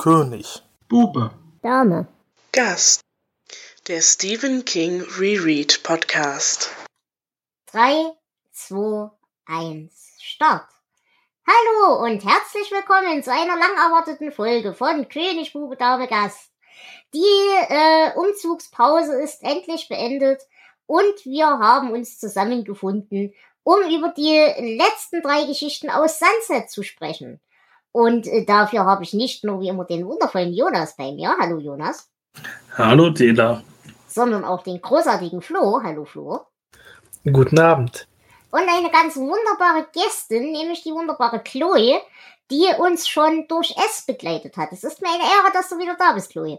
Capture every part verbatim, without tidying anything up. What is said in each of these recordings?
König. Bube. Dame. Gast. Der Stephen King Reread Podcast. drei, zwei, eins, Start. Hallo und herzlich willkommen zu einer lang erwarteten Folge von König, Bube, Dame, Gast. Die äh, Umzugspause ist endlich beendet und wir haben uns zusammengefunden, um über die letzten drei Geschichten aus Sunset zu sprechen. Und äh, dafür habe ich nicht nur wie immer den wundervollen Jonas bei mir. Hallo Jonas. Hallo Dela. Sondern auch den großartigen Flo. Hallo Flo. Guten Abend. Und eine ganz wunderbare Gästin, nämlich die wunderbare Chloe, die uns schon durch S begleitet hat. Es ist mir eine Ehre, dass du wieder da bist, Chloe.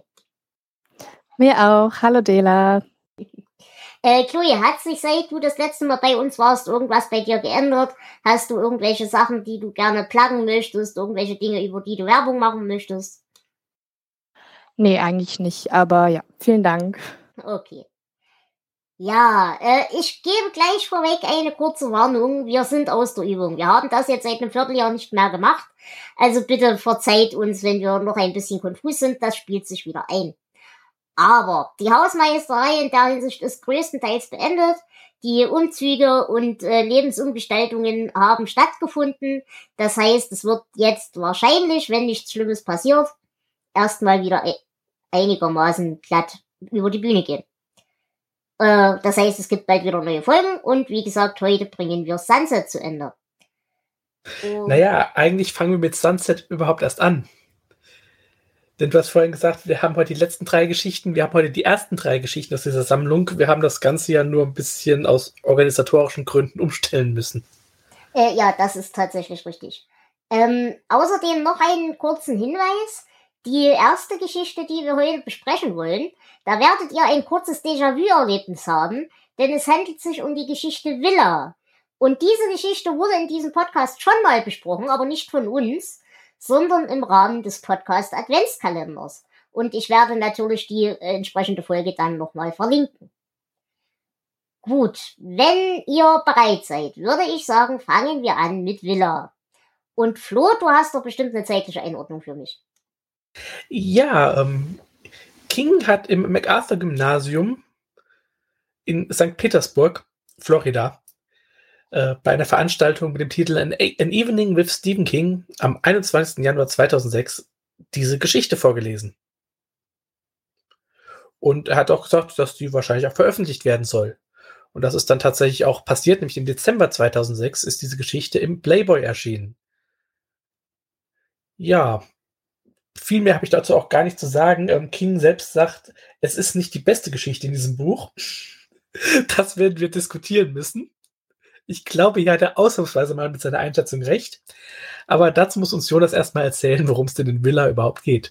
Mir auch. Hallo Dela. Äh, Chloe, hat sich, seit du das letzte Mal bei uns warst, irgendwas bei dir geändert? Hast du irgendwelche Sachen, die du gerne pluggen möchtest? Irgendwelche Dinge, über die du Werbung machen möchtest? Nee, eigentlich nicht. Aber ja, vielen Dank. Okay. Ja, äh, ich gebe gleich vorweg eine kurze Warnung. Wir sind aus der Übung. Wir haben das jetzt seit einem Vierteljahr nicht mehr gemacht. Also bitte verzeiht uns, wenn wir noch ein bisschen konfus sind. Das spielt sich wieder ein. Aber die Hausmeisterei in der Hinsicht ist größtenteils beendet. Die Umzüge und äh, Lebensumgestaltungen haben stattgefunden. Das heißt, es wird jetzt wahrscheinlich, wenn nichts Schlimmes passiert, erstmal wieder e- einigermaßen glatt über die Bühne gehen. Äh, das heißt, es gibt bald wieder neue Folgen und wie gesagt, heute bringen wir Sunset zu Ende. Und Naja, eigentlich fangen wir mit Sunset überhaupt erst an. Denn du hast vorhin gesagt, wir haben heute die letzten drei Geschichten, wir haben heute die ersten drei Geschichten aus dieser Sammlung. Wir haben das Ganze ja nur ein bisschen aus organisatorischen Gründen umstellen müssen. Äh, ja, das ist tatsächlich richtig. Ähm, außerdem noch einen kurzen Hinweis. Die erste Geschichte, die wir heute besprechen wollen, da werdet ihr ein kurzes Déjà-vu-Erlebnis haben, denn es handelt sich um die Geschichte Villa. Und diese Geschichte wurde in diesem Podcast schon mal besprochen, aber nicht von uns, sondern im Rahmen des Podcast Adventskalenders. Und ich werde natürlich die äh, entsprechende Folge dann nochmal verlinken. Gut, wenn ihr bereit seid, würde ich sagen, fangen wir an mit Villa. Und Flo, du hast doch bestimmt eine zeitliche Einordnung für mich. Ja, ähm, King hat im MacArthur-Gymnasium in Sankt Petersburg, Florida, äh, bei einer Veranstaltung mit dem Titel An, An Evening with Stephen King am einundzwanzigsten Januar zweitausendsechs diese Geschichte vorgelesen. Und er hat auch gesagt, dass die wahrscheinlich auch veröffentlicht werden soll. Und das ist dann tatsächlich auch passiert, nämlich im Dezember zweitausendsechs ist diese Geschichte im Playboy erschienen. Ja, viel mehr habe ich dazu auch gar nicht zu sagen. Ähm, King selbst sagt, es ist nicht die beste Geschichte in diesem Buch. Das werden wir diskutieren müssen. Ich glaube, hier hat er ausnahmsweise mal mit seiner Einschätzung recht. Aber dazu muss uns Jonas erstmal erzählen, worum es denn in Villa überhaupt geht.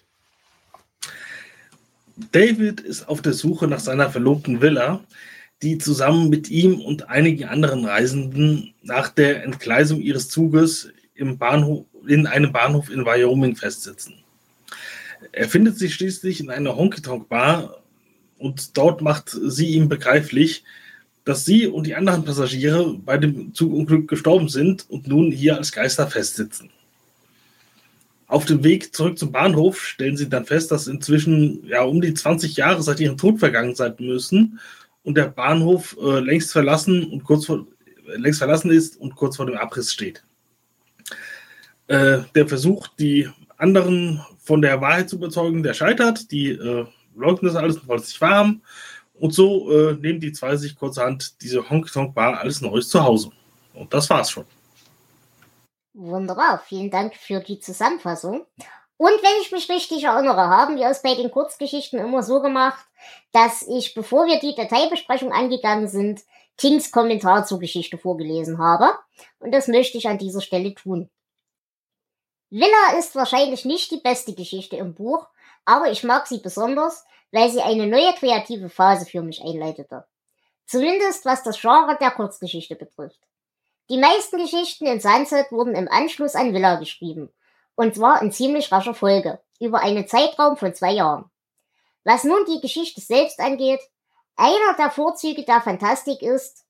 David ist auf der Suche nach seiner Verlobten Villa, die zusammen mit ihm und einigen anderen Reisenden nach der Entgleisung ihres Zuges im Bahnhof, in einem Bahnhof in Wyoming festsitzen. Er findet sie schließlich in einer Honky-Tonk-Bar und dort macht sie ihm begreiflich, dass sie und die anderen Passagiere bei dem Zugunglück gestorben sind und nun hier als Geister festsitzen. Auf dem Weg zurück zum Bahnhof stellen sie dann fest, dass inzwischen ja um die zwanzig Jahre seit ihrem Tod vergangen sein müssen und der Bahnhof äh, längst verlassen und kurz vor, äh, längst verlassen ist und kurz vor dem Abriss steht. Äh, der Versuch, die anderen von der Wahrheit zu überzeugen, der scheitert. Die äh, leugnen das alles und wollen es nicht wahrhaben. Und so äh, nehmen die zwei sich kurzerhand diese Honky-Tonk-Bar als Neues zu Hause. Und das war's schon. Wunderbar, vielen Dank für die Zusammenfassung. Und wenn ich mich richtig erinnere, haben wir es bei den Kurzgeschichten immer so gemacht, dass ich, bevor wir die Detailbesprechung angegangen sind, Kings Kommentar zur Geschichte vorgelesen habe. Und das möchte ich an dieser Stelle tun. Villa ist wahrscheinlich nicht die beste Geschichte im Buch, aber ich mag sie besonders, weil sie eine neue kreative Phase für mich einleitete. Zumindest was das Genre der Kurzgeschichte betrifft. Die meisten Geschichten in Sunset wurden im Anschluss an Villa geschrieben, und zwar in ziemlich rascher Folge, über einen Zeitraum von zwei Jahren. Was nun die Geschichte selbst angeht, einer der Vorzüge der Fantastik ist,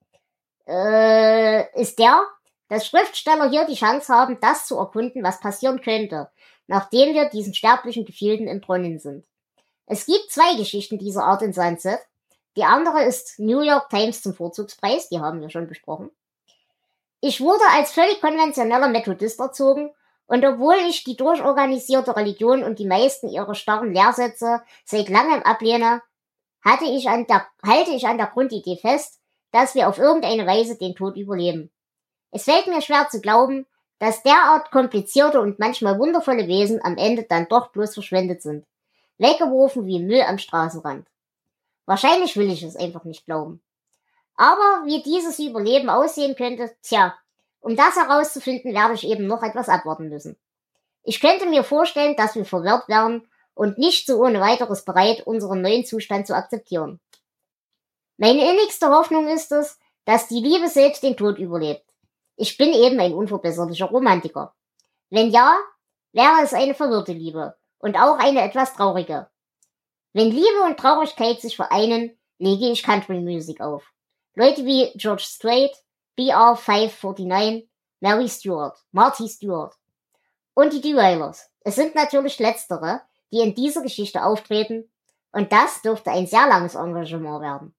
äh, ist der, dass Schriftsteller hier die Chance haben, das zu erkunden, was passieren könnte. nachdem wir diesen sterblichen Gefilden entronnen sind. Es gibt zwei Geschichten dieser Art in Sunset. Die andere ist New York Times zum Vorzugspreis, die haben wir schon besprochen. Ich wurde als völlig konventioneller Methodist erzogen, und obwohl ich die durchorganisierte Religion und die meisten ihrer starren Lehrsätze seit langem ablehne, hatte ich an der, halte ich an der Grundidee fest, dass wir auf irgendeine Weise den Tod überleben. Es fällt mir schwer zu glauben, dass derart komplizierte und manchmal wundervolle Wesen am Ende dann doch bloß verschwendet sind, weggeworfen wie Müll am Straßenrand. Wahrscheinlich will ich es einfach nicht glauben. Aber wie dieses Überleben aussehen könnte, tja, um das herauszufinden, werde ich eben noch etwas abwarten müssen. Ich könnte mir vorstellen, dass wir verwirrt werden und nicht so ohne weiteres bereit, unseren neuen Zustand zu akzeptieren. Meine innigste Hoffnung ist es, dass die Liebe selbst den Tod überlebt. Ich bin eben ein unverbesserlicher Romantiker. Wenn ja, wäre es eine verwirrte Liebe und auch eine etwas traurige. Wenn Liebe und Traurigkeit sich vereinen, lege ich Country Music auf. Leute wie George Strait, B R fünf neun, Mary Stewart, Marty Stewart und die Derailers. Es sind natürlich letztere, die in dieser Geschichte auftreten, und das dürfte ein sehr langes Engagement werden.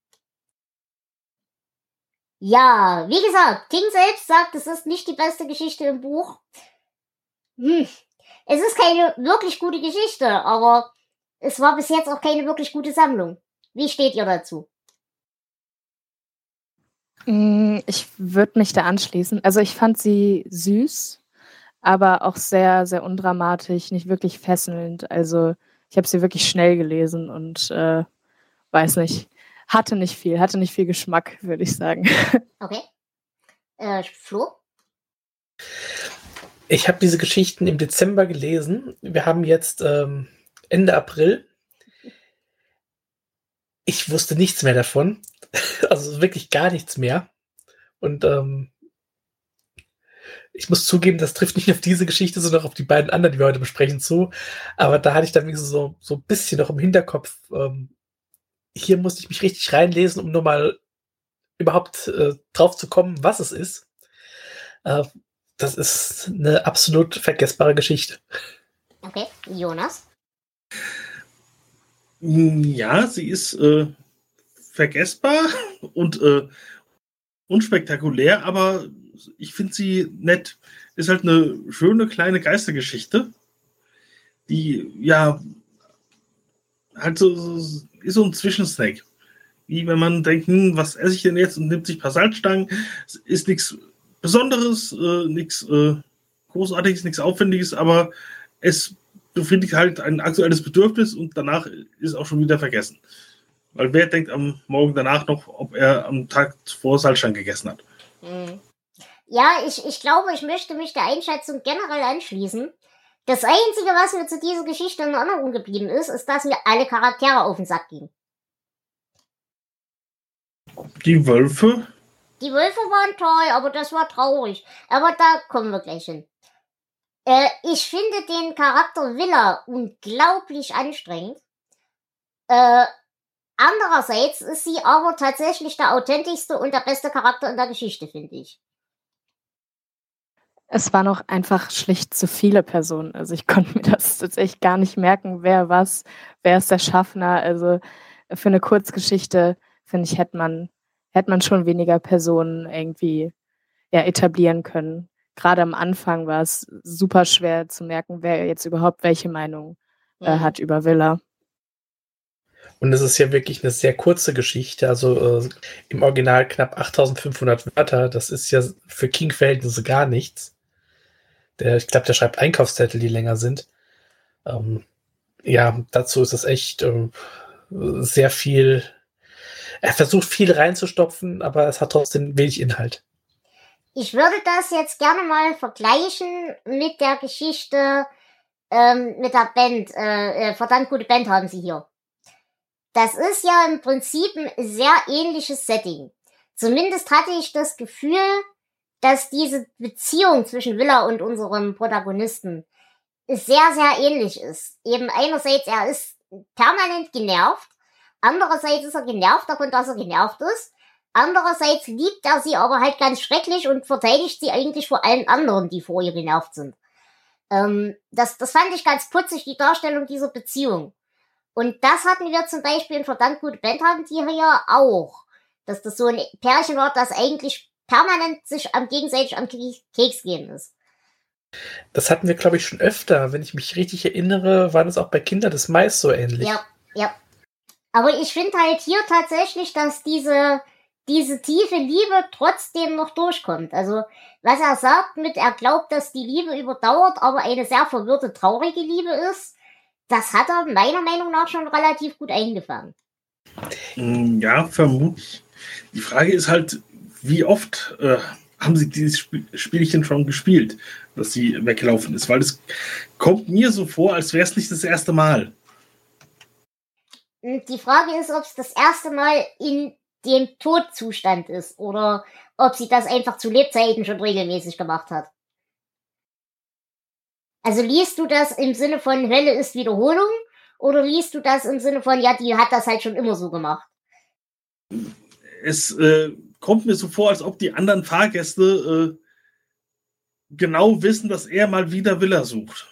Ja, wie gesagt, King selbst sagt, es ist nicht die beste Geschichte im Buch. Hm. Es ist keine wirklich gute Geschichte, aber es war bis jetzt auch keine wirklich gute Sammlung. Wie steht ihr dazu? Ich würde mich da anschließen. Also ich fand sie süß, aber auch sehr, sehr undramatisch, nicht wirklich fesselnd. Also ich habe sie wirklich schnell gelesen und äh, weiß nicht, hatte nicht viel, hatte nicht viel Geschmack, würde ich sagen. Okay. Äh, Flo? Ich habe diese Geschichten im Dezember gelesen. Wir haben jetzt ähm, Ende April. Ich wusste nichts mehr davon. Also wirklich gar nichts mehr. Und ähm, ich muss zugeben, das trifft nicht auf diese Geschichte, sondern auch auf die beiden anderen, die wir heute besprechen, zu. Aber da hatte ich dann so, so ein bisschen noch im Hinterkopf, ähm, hier musste ich mich richtig reinlesen, um nochmal überhaupt äh, drauf zu kommen, was es ist. Äh, das ist eine absolut vergessbare Geschichte. Okay, Jonas? Ja, sie ist äh, vergessbar und äh, unspektakulär, aber ich finde sie nett. Ist halt eine schöne kleine Geistergeschichte, die ja halt so, so ist so ein Zwischensnack. Wie wenn man denkt, hm, was esse ich denn jetzt, und nimmt sich ein paar Salzstangen. Es ist nichts Besonderes, äh, nichts äh, Großartiges, nichts Aufwendiges, aber es befriedigt halt ein aktuelles Bedürfnis und danach ist es auch schon wieder vergessen. Weil wer denkt am Morgen danach noch, ob er am Tag zuvor Salzstangen gegessen hat? Hm. Ja, ich, ich glaube, ich möchte mich der Einschätzung generell anschließen. Das Einzige, was mir zu dieser Geschichte in Erinnerung geblieben ist, ist, dass mir alle Charaktere auf den Sack gingen. Die Wölfe? Die Wölfe waren toll, aber das war traurig. Aber da kommen wir gleich hin. Äh, ich finde den Charakter Willa unglaublich anstrengend. Äh, andererseits ist sie aber tatsächlich der authentischste und der beste Charakter in der Geschichte, finde ich. Es waren auch einfach schlicht zu viele Personen. Also ich konnte mir das tatsächlich gar nicht merken, wer was, wer ist der Schaffner. Also für eine Kurzgeschichte, finde ich, hätte man, hätte man schon weniger Personen irgendwie ja, etablieren können. Gerade am Anfang war es super schwer zu merken, wer jetzt überhaupt welche Meinung äh, Mhm. hat über Willa. Und es ist ja wirklich eine sehr kurze Geschichte, also äh, im Original knapp achttausendfünfhundert Wörter. Das ist ja für King-Verhältnisse gar nichts. Der, ich glaube, der schreibt Einkaufszettel, die länger sind. Ähm, ja, dazu ist es echt äh, sehr viel. Er versucht viel reinzustopfen, aber es hat trotzdem wenig Inhalt. Ich würde das jetzt gerne mal vergleichen mit der Geschichte ähm, mit der Band. Äh, äh, verdammt gute Band haben sie hier. Das ist ja im Prinzip ein sehr ähnliches Setting. Zumindest hatte ich das Gefühl, dass diese Beziehung zwischen Willa und unserem Protagonisten sehr, sehr ähnlich ist. Eben einerseits, er ist permanent genervt, andererseits ist er genervt davon, dass er genervt ist, andererseits liebt er sie aber halt ganz schrecklich und verteidigt sie eigentlich vor allen anderen, die vor ihr genervt sind. Ähm, das, das fand ich ganz putzig, die Darstellung dieser Beziehung. Und das hatten wir zum Beispiel in verdammt gute Band haben die hier auch. Dass das so ein Pärchen war, das eigentlich permanent sich am gegenseitig am Keks gehen ist. Das hatten wir, glaube ich, schon öfter. Wenn ich mich richtig erinnere, war das auch bei Kinder des Mais so ähnlich. Ja, ja. Aber ich finde halt hier tatsächlich, dass diese, diese tiefe Liebe trotzdem noch durchkommt. Also, was er sagt mit, er glaubt, dass die Liebe überdauert, aber eine sehr verwirrte, traurige Liebe ist, das hat er meiner Meinung nach schon relativ gut eingefangen. Ja, vermutlich. Die Frage ist halt, wie oft äh, haben sie dieses Sp- Spielchen schon gespielt, dass sie weggelaufen ist? Weil es kommt mir so vor, als wäre es nicht das erste Mal. Die Frage ist, ob es das erste Mal in dem Todzustand ist oder ob sie das einfach zu Lebzeiten schon regelmäßig gemacht hat. Also liest du das im Sinne von Hölle ist Wiederholung oder liest du das im Sinne von, ja, die hat das halt schon immer so gemacht? Es äh, kommt mir so vor, als ob die anderen Fahrgäste äh, genau wissen, dass er mal wieder Villa sucht.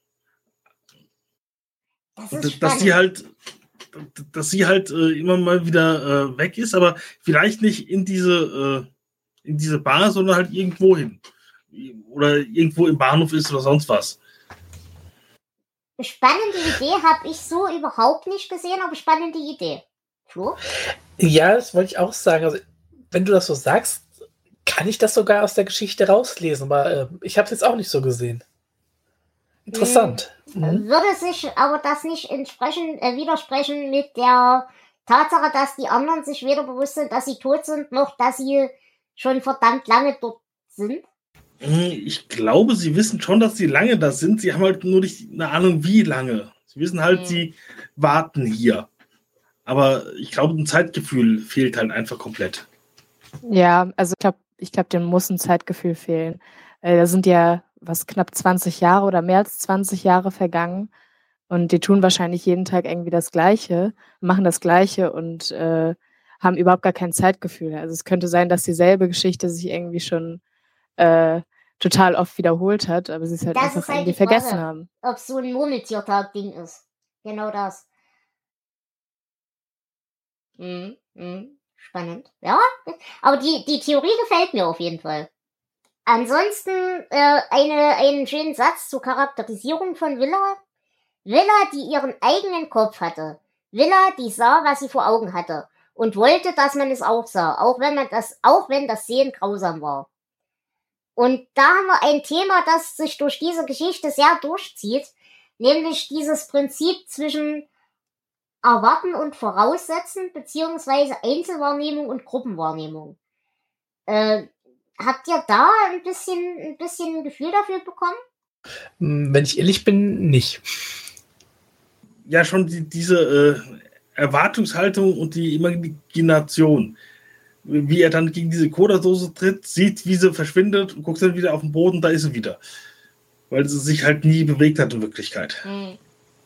Das Und ist dass spannend. sie halt, dass sie halt äh, immer mal wieder äh, weg ist, aber vielleicht nicht in diese, äh, in diese Bar, sondern halt irgendwo hin. Oder irgendwo im Bahnhof ist oder sonst was. Spannende Idee habe ich so überhaupt nicht gesehen, aber spannende Idee. Flo? Ja, das wollte ich auch sagen. Also, wenn du das so sagst, kann ich das sogar aus der Geschichte rauslesen, aber äh, ich habe es jetzt auch nicht so gesehen. Interessant. Mhm. Würde sich aber das nicht entsprechen, äh, widersprechen mit der Tatsache, dass die anderen sich weder bewusst sind, dass sie tot sind, noch dass sie schon verdammt lange dort sind? Ich glaube, sie wissen schon, dass sie lange da sind. Sie haben halt nur nicht eine Ahnung, wie lange. Sie wissen halt, Mhm. sie warten hier. Aber ich glaube, ein Zeitgefühl fehlt halt einfach komplett. Ja, also ich glaube, ich glaub, dem muss ein Zeitgefühl fehlen. Äh, da sind ja was knapp zwanzig Jahre oder mehr als zwanzig Jahre vergangen und die tun wahrscheinlich jeden Tag irgendwie das Gleiche, machen das Gleiche und äh, haben überhaupt gar kein Zeitgefühl. Also es könnte sein, dass dieselbe Geschichte sich irgendwie schon äh, total oft wiederholt hat, aber sie es halt Das einfach ist halt irgendwie die Frage. vergessen haben. Ob so ein Murmeltiertag-Ding ist. Genau das. Mhm. Mhm. Spannend. Ja, aber die, die Theorie gefällt mir auf jeden Fall. Ansonsten äh, eine, einen schönen Satz zur Charakterisierung von Villa. Villa, die ihren eigenen Kopf hatte. Villa, die sah, was sie vor Augen hatte. Und wollte, dass man es auch sah. Auch wenn man das, auch wenn das Sehen grausam war. Und da haben wir ein Thema, das sich durch diese Geschichte sehr durchzieht. Nämlich dieses Prinzip zwischen Erwarten und Voraussetzen, beziehungsweise Einzelwahrnehmung und Gruppenwahrnehmung. Äh, habt ihr da ein bisschen, ein bisschen ein Gefühl dafür bekommen? Wenn ich ehrlich bin, nicht. Ja, schon die, diese äh, Erwartungshaltung und die Imagination. Wie er dann gegen diese Cola-Dose tritt, sieht, wie sie verschwindet und guckt dann wieder auf den Boden, da ist sie wieder. Weil sie sich halt nie bewegt hat in Wirklichkeit. Hm.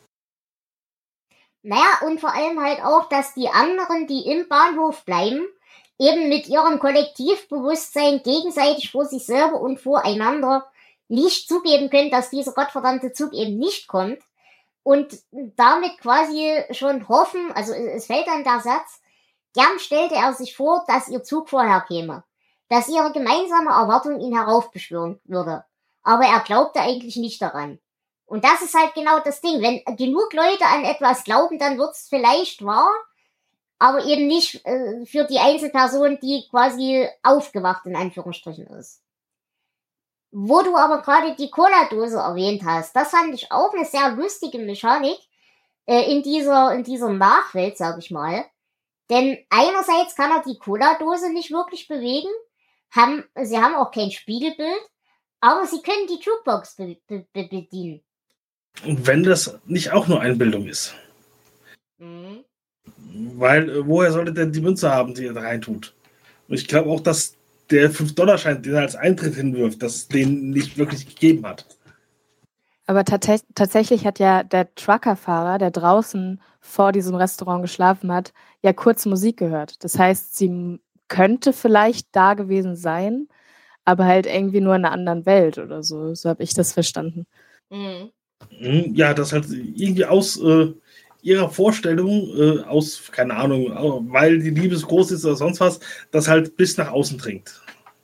Naja, und vor allem halt auch, dass die anderen, die im Bahnhof bleiben, eben mit ihrem Kollektivbewusstsein gegenseitig vor sich selber und voreinander nicht zugeben können, dass dieser gottverdammte Zug eben nicht kommt und damit quasi schon hoffen, also es fällt dann der Satz, gern stellte er sich vor, dass ihr Zug vorher käme, dass ihre gemeinsame Erwartung ihn heraufbeschwören würde, aber er glaubte eigentlich nicht daran. Und das ist halt genau das Ding, wenn genug Leute an etwas glauben, dann wird's vielleicht wahr, aber eben nicht äh, für die Einzelperson, die quasi aufgewacht in Anführungsstrichen ist. Wo du aber gerade die Cola-Dose erwähnt hast, das fand ich auch eine sehr lustige Mechanik äh, in dieser in dieser Nachwelt, sag ich mal. Denn einerseits kann er die Cola-Dose nicht wirklich bewegen, haben, sie haben auch kein Spiegelbild, aber sie können die Jukebox be- be- be- bedienen. Und wenn das nicht auch nur Einbildung ist. Mhm. Weil, äh, woher sollte der die Münze haben, die er da reintut? Und ich glaube auch, dass der fünf Dollar Schein, den er als Eintritt hinwirft, dass es den nicht wirklich gegeben hat. Aber tats- tatsächlich hat ja der Truckerfahrer, der draußen vor diesem Restaurant geschlafen hat, ja kurz Musik gehört. Das heißt, sie m- könnte vielleicht da gewesen sein, aber halt irgendwie nur in einer anderen Welt oder so. So habe ich das verstanden. Mhm. Ja, das halt irgendwie aus äh, ihrer Vorstellung, äh, aus, keine Ahnung, weil die Liebe so groß ist oder sonst was, das halt bis nach außen dringt.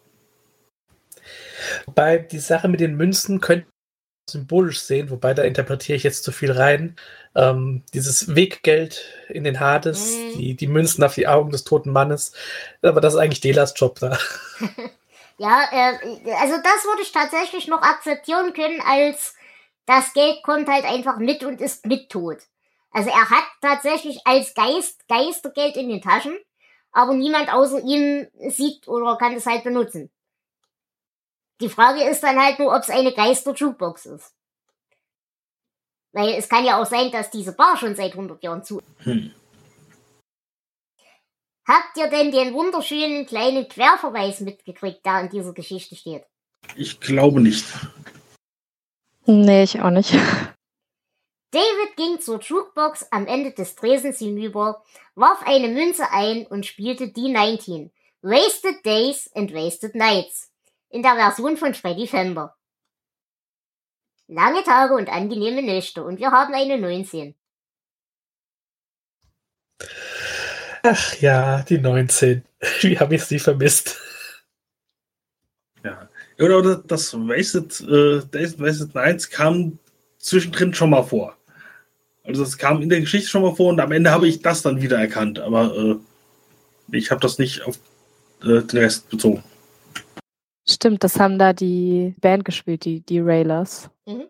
Wobei die Sache mit den Münzen könnte symbolisch sehen, wobei da interpretiere ich jetzt zu viel rein. Ähm, dieses Weggeld in den Hades, Mhm. die, die Münzen auf die Augen des toten Mannes, aber das ist eigentlich Delas Job da. Ja, äh, also das würde ich tatsächlich noch akzeptieren können, als das Geld kommt halt einfach mit und ist mit tot. Also er hat tatsächlich als Geist Geistergeld in den Taschen, aber niemand außer ihm sieht oder kann es halt benutzen. Die Frage ist dann halt nur, ob es eine Geister-Jukebox ist. Weil es kann ja auch sein, dass diese Bar schon seit hundert Jahren zu. Hm. Habt ihr denn den wunderschönen kleinen Querverweis mitgekriegt, der in dieser Geschichte steht? Ich glaube nicht. Nee, ich auch nicht. David ging zur Jukebox am Ende des Tresens hinüber, warf eine Münze ein und spielte D neunzehn. Wasted Days and Wasted Nights. In der Version von Freddy Fender. Lange Tage und angenehme Nächte und wir haben eine neunzehn. Ach ja, die neunzehn. Wie habe ich sie vermisst? Ja. Oder das Wasted, äh, Days and Wasted Nights kam zwischendrin schon mal vor. Also das kam in der Geschichte schon mal vor und am Ende habe ich das dann wieder erkannt. Aber äh, ich habe das nicht auf äh, den Rest bezogen. Stimmt, das haben da die Band gespielt, die, die Railers. Mhm.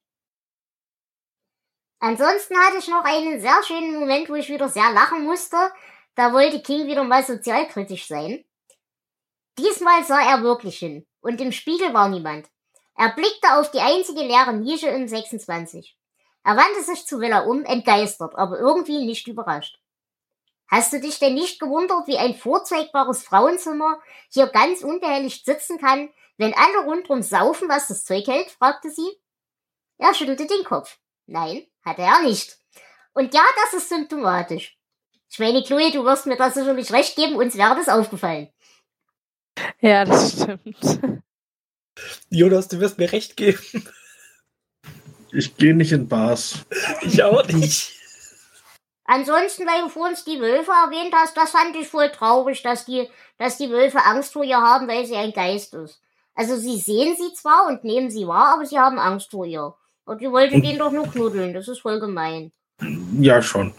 Ansonsten hatte ich noch einen sehr schönen Moment, wo ich wieder sehr lachen musste. Da wollte King wieder mal sozialkritisch sein. Diesmal sah er wirklich hin und im Spiegel war niemand. Er blickte auf die einzige leere Nische im sechsundzwanzig. Er wandte sich zu Willa um, entgeistert, aber irgendwie nicht überrascht. Hast du dich denn nicht gewundert, wie ein vorzeigbares Frauenzimmer hier ganz unbehelligt sitzen kann, wenn alle rundrum saufen, was das Zeug hält? Fragte sie. Er schüttelte den Kopf. Nein, hatte er nicht. Und ja, das ist symptomatisch. Ich meine, Chloe, du wirst mir da sicherlich recht geben, uns wäre das aufgefallen. Ja, das stimmt. Jonas, du wirst mir recht geben. Ich gehe nicht in Bars. Ich auch nicht. Ansonsten, weil du vorhin die Wölfe erwähnt hast, das fand ich voll traurig, dass die, dass die Wölfe Angst vor ihr haben, weil sie ein Geist ist. Also sie sehen sie zwar und nehmen sie wahr, aber sie haben Angst vor ihr. Und die wollte den doch nur knuddeln, das ist voll gemein. Ja, schon.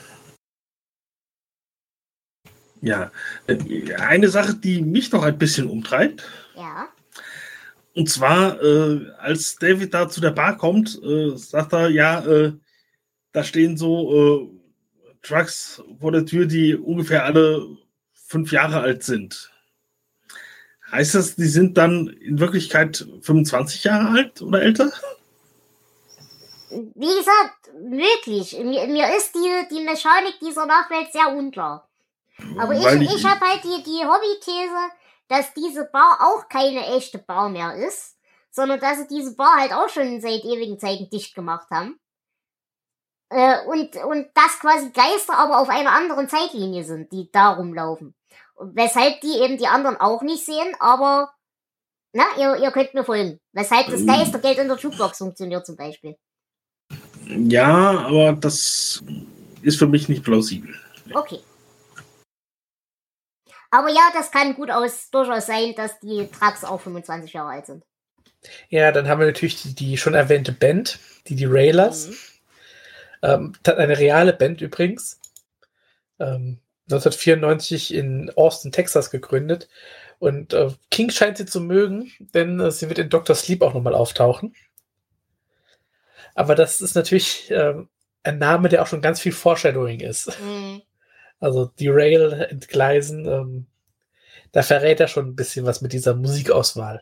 Ja, eine Sache, die mich noch ein bisschen umtreibt. Ja. Und zwar, äh, als David da zu der Bar kommt, äh, sagt er, ja, äh, da stehen so äh, Trucks vor der Tür, die ungefähr alle fünf Jahre alt sind. Heißt das, die sind dann in Wirklichkeit fünfundzwanzig Jahre alt oder älter? Wie gesagt, möglich. Mir, mir ist die, die Mechanik dieser Nachwelt sehr unklar. Aber ich, Weil ich, ich habe halt die, die Hobby-These, dass diese Bar auch keine echte Bar mehr ist, sondern dass sie diese Bar halt auch schon seit ewigen Zeiten dicht gemacht haben. Äh, und, und dass quasi Geister aber auf einer anderen Zeitlinie sind, die da rumlaufen. Und weshalb die eben die anderen auch nicht sehen, aber na, ihr, ihr könnt mir folgen. Weshalb das Geistergeld in der Jukebox funktioniert zum Beispiel. Ja, aber das ist für mich nicht plausibel. Okay. Aber ja, das kann gut aus, durchaus sein, dass die Trucks auch fünfundzwanzig Jahre alt sind. Ja, dann haben wir natürlich die, die schon erwähnte Band, die die Railers. Mhm. Ähm, eine reale Band übrigens. Ähm, neunzehnhundertvierundneunzig in Austin, Texas gegründet. Und äh, King scheint sie zu mögen, denn äh, sie wird in Doktor Sleep auch nochmal auftauchen. Aber das ist natürlich äh, ein Name, der auch schon ganz viel Foreshadowing ist. Mhm. Also die Rail entgleisen, ähm, da verrät er schon ein bisschen was mit dieser Musikauswahl.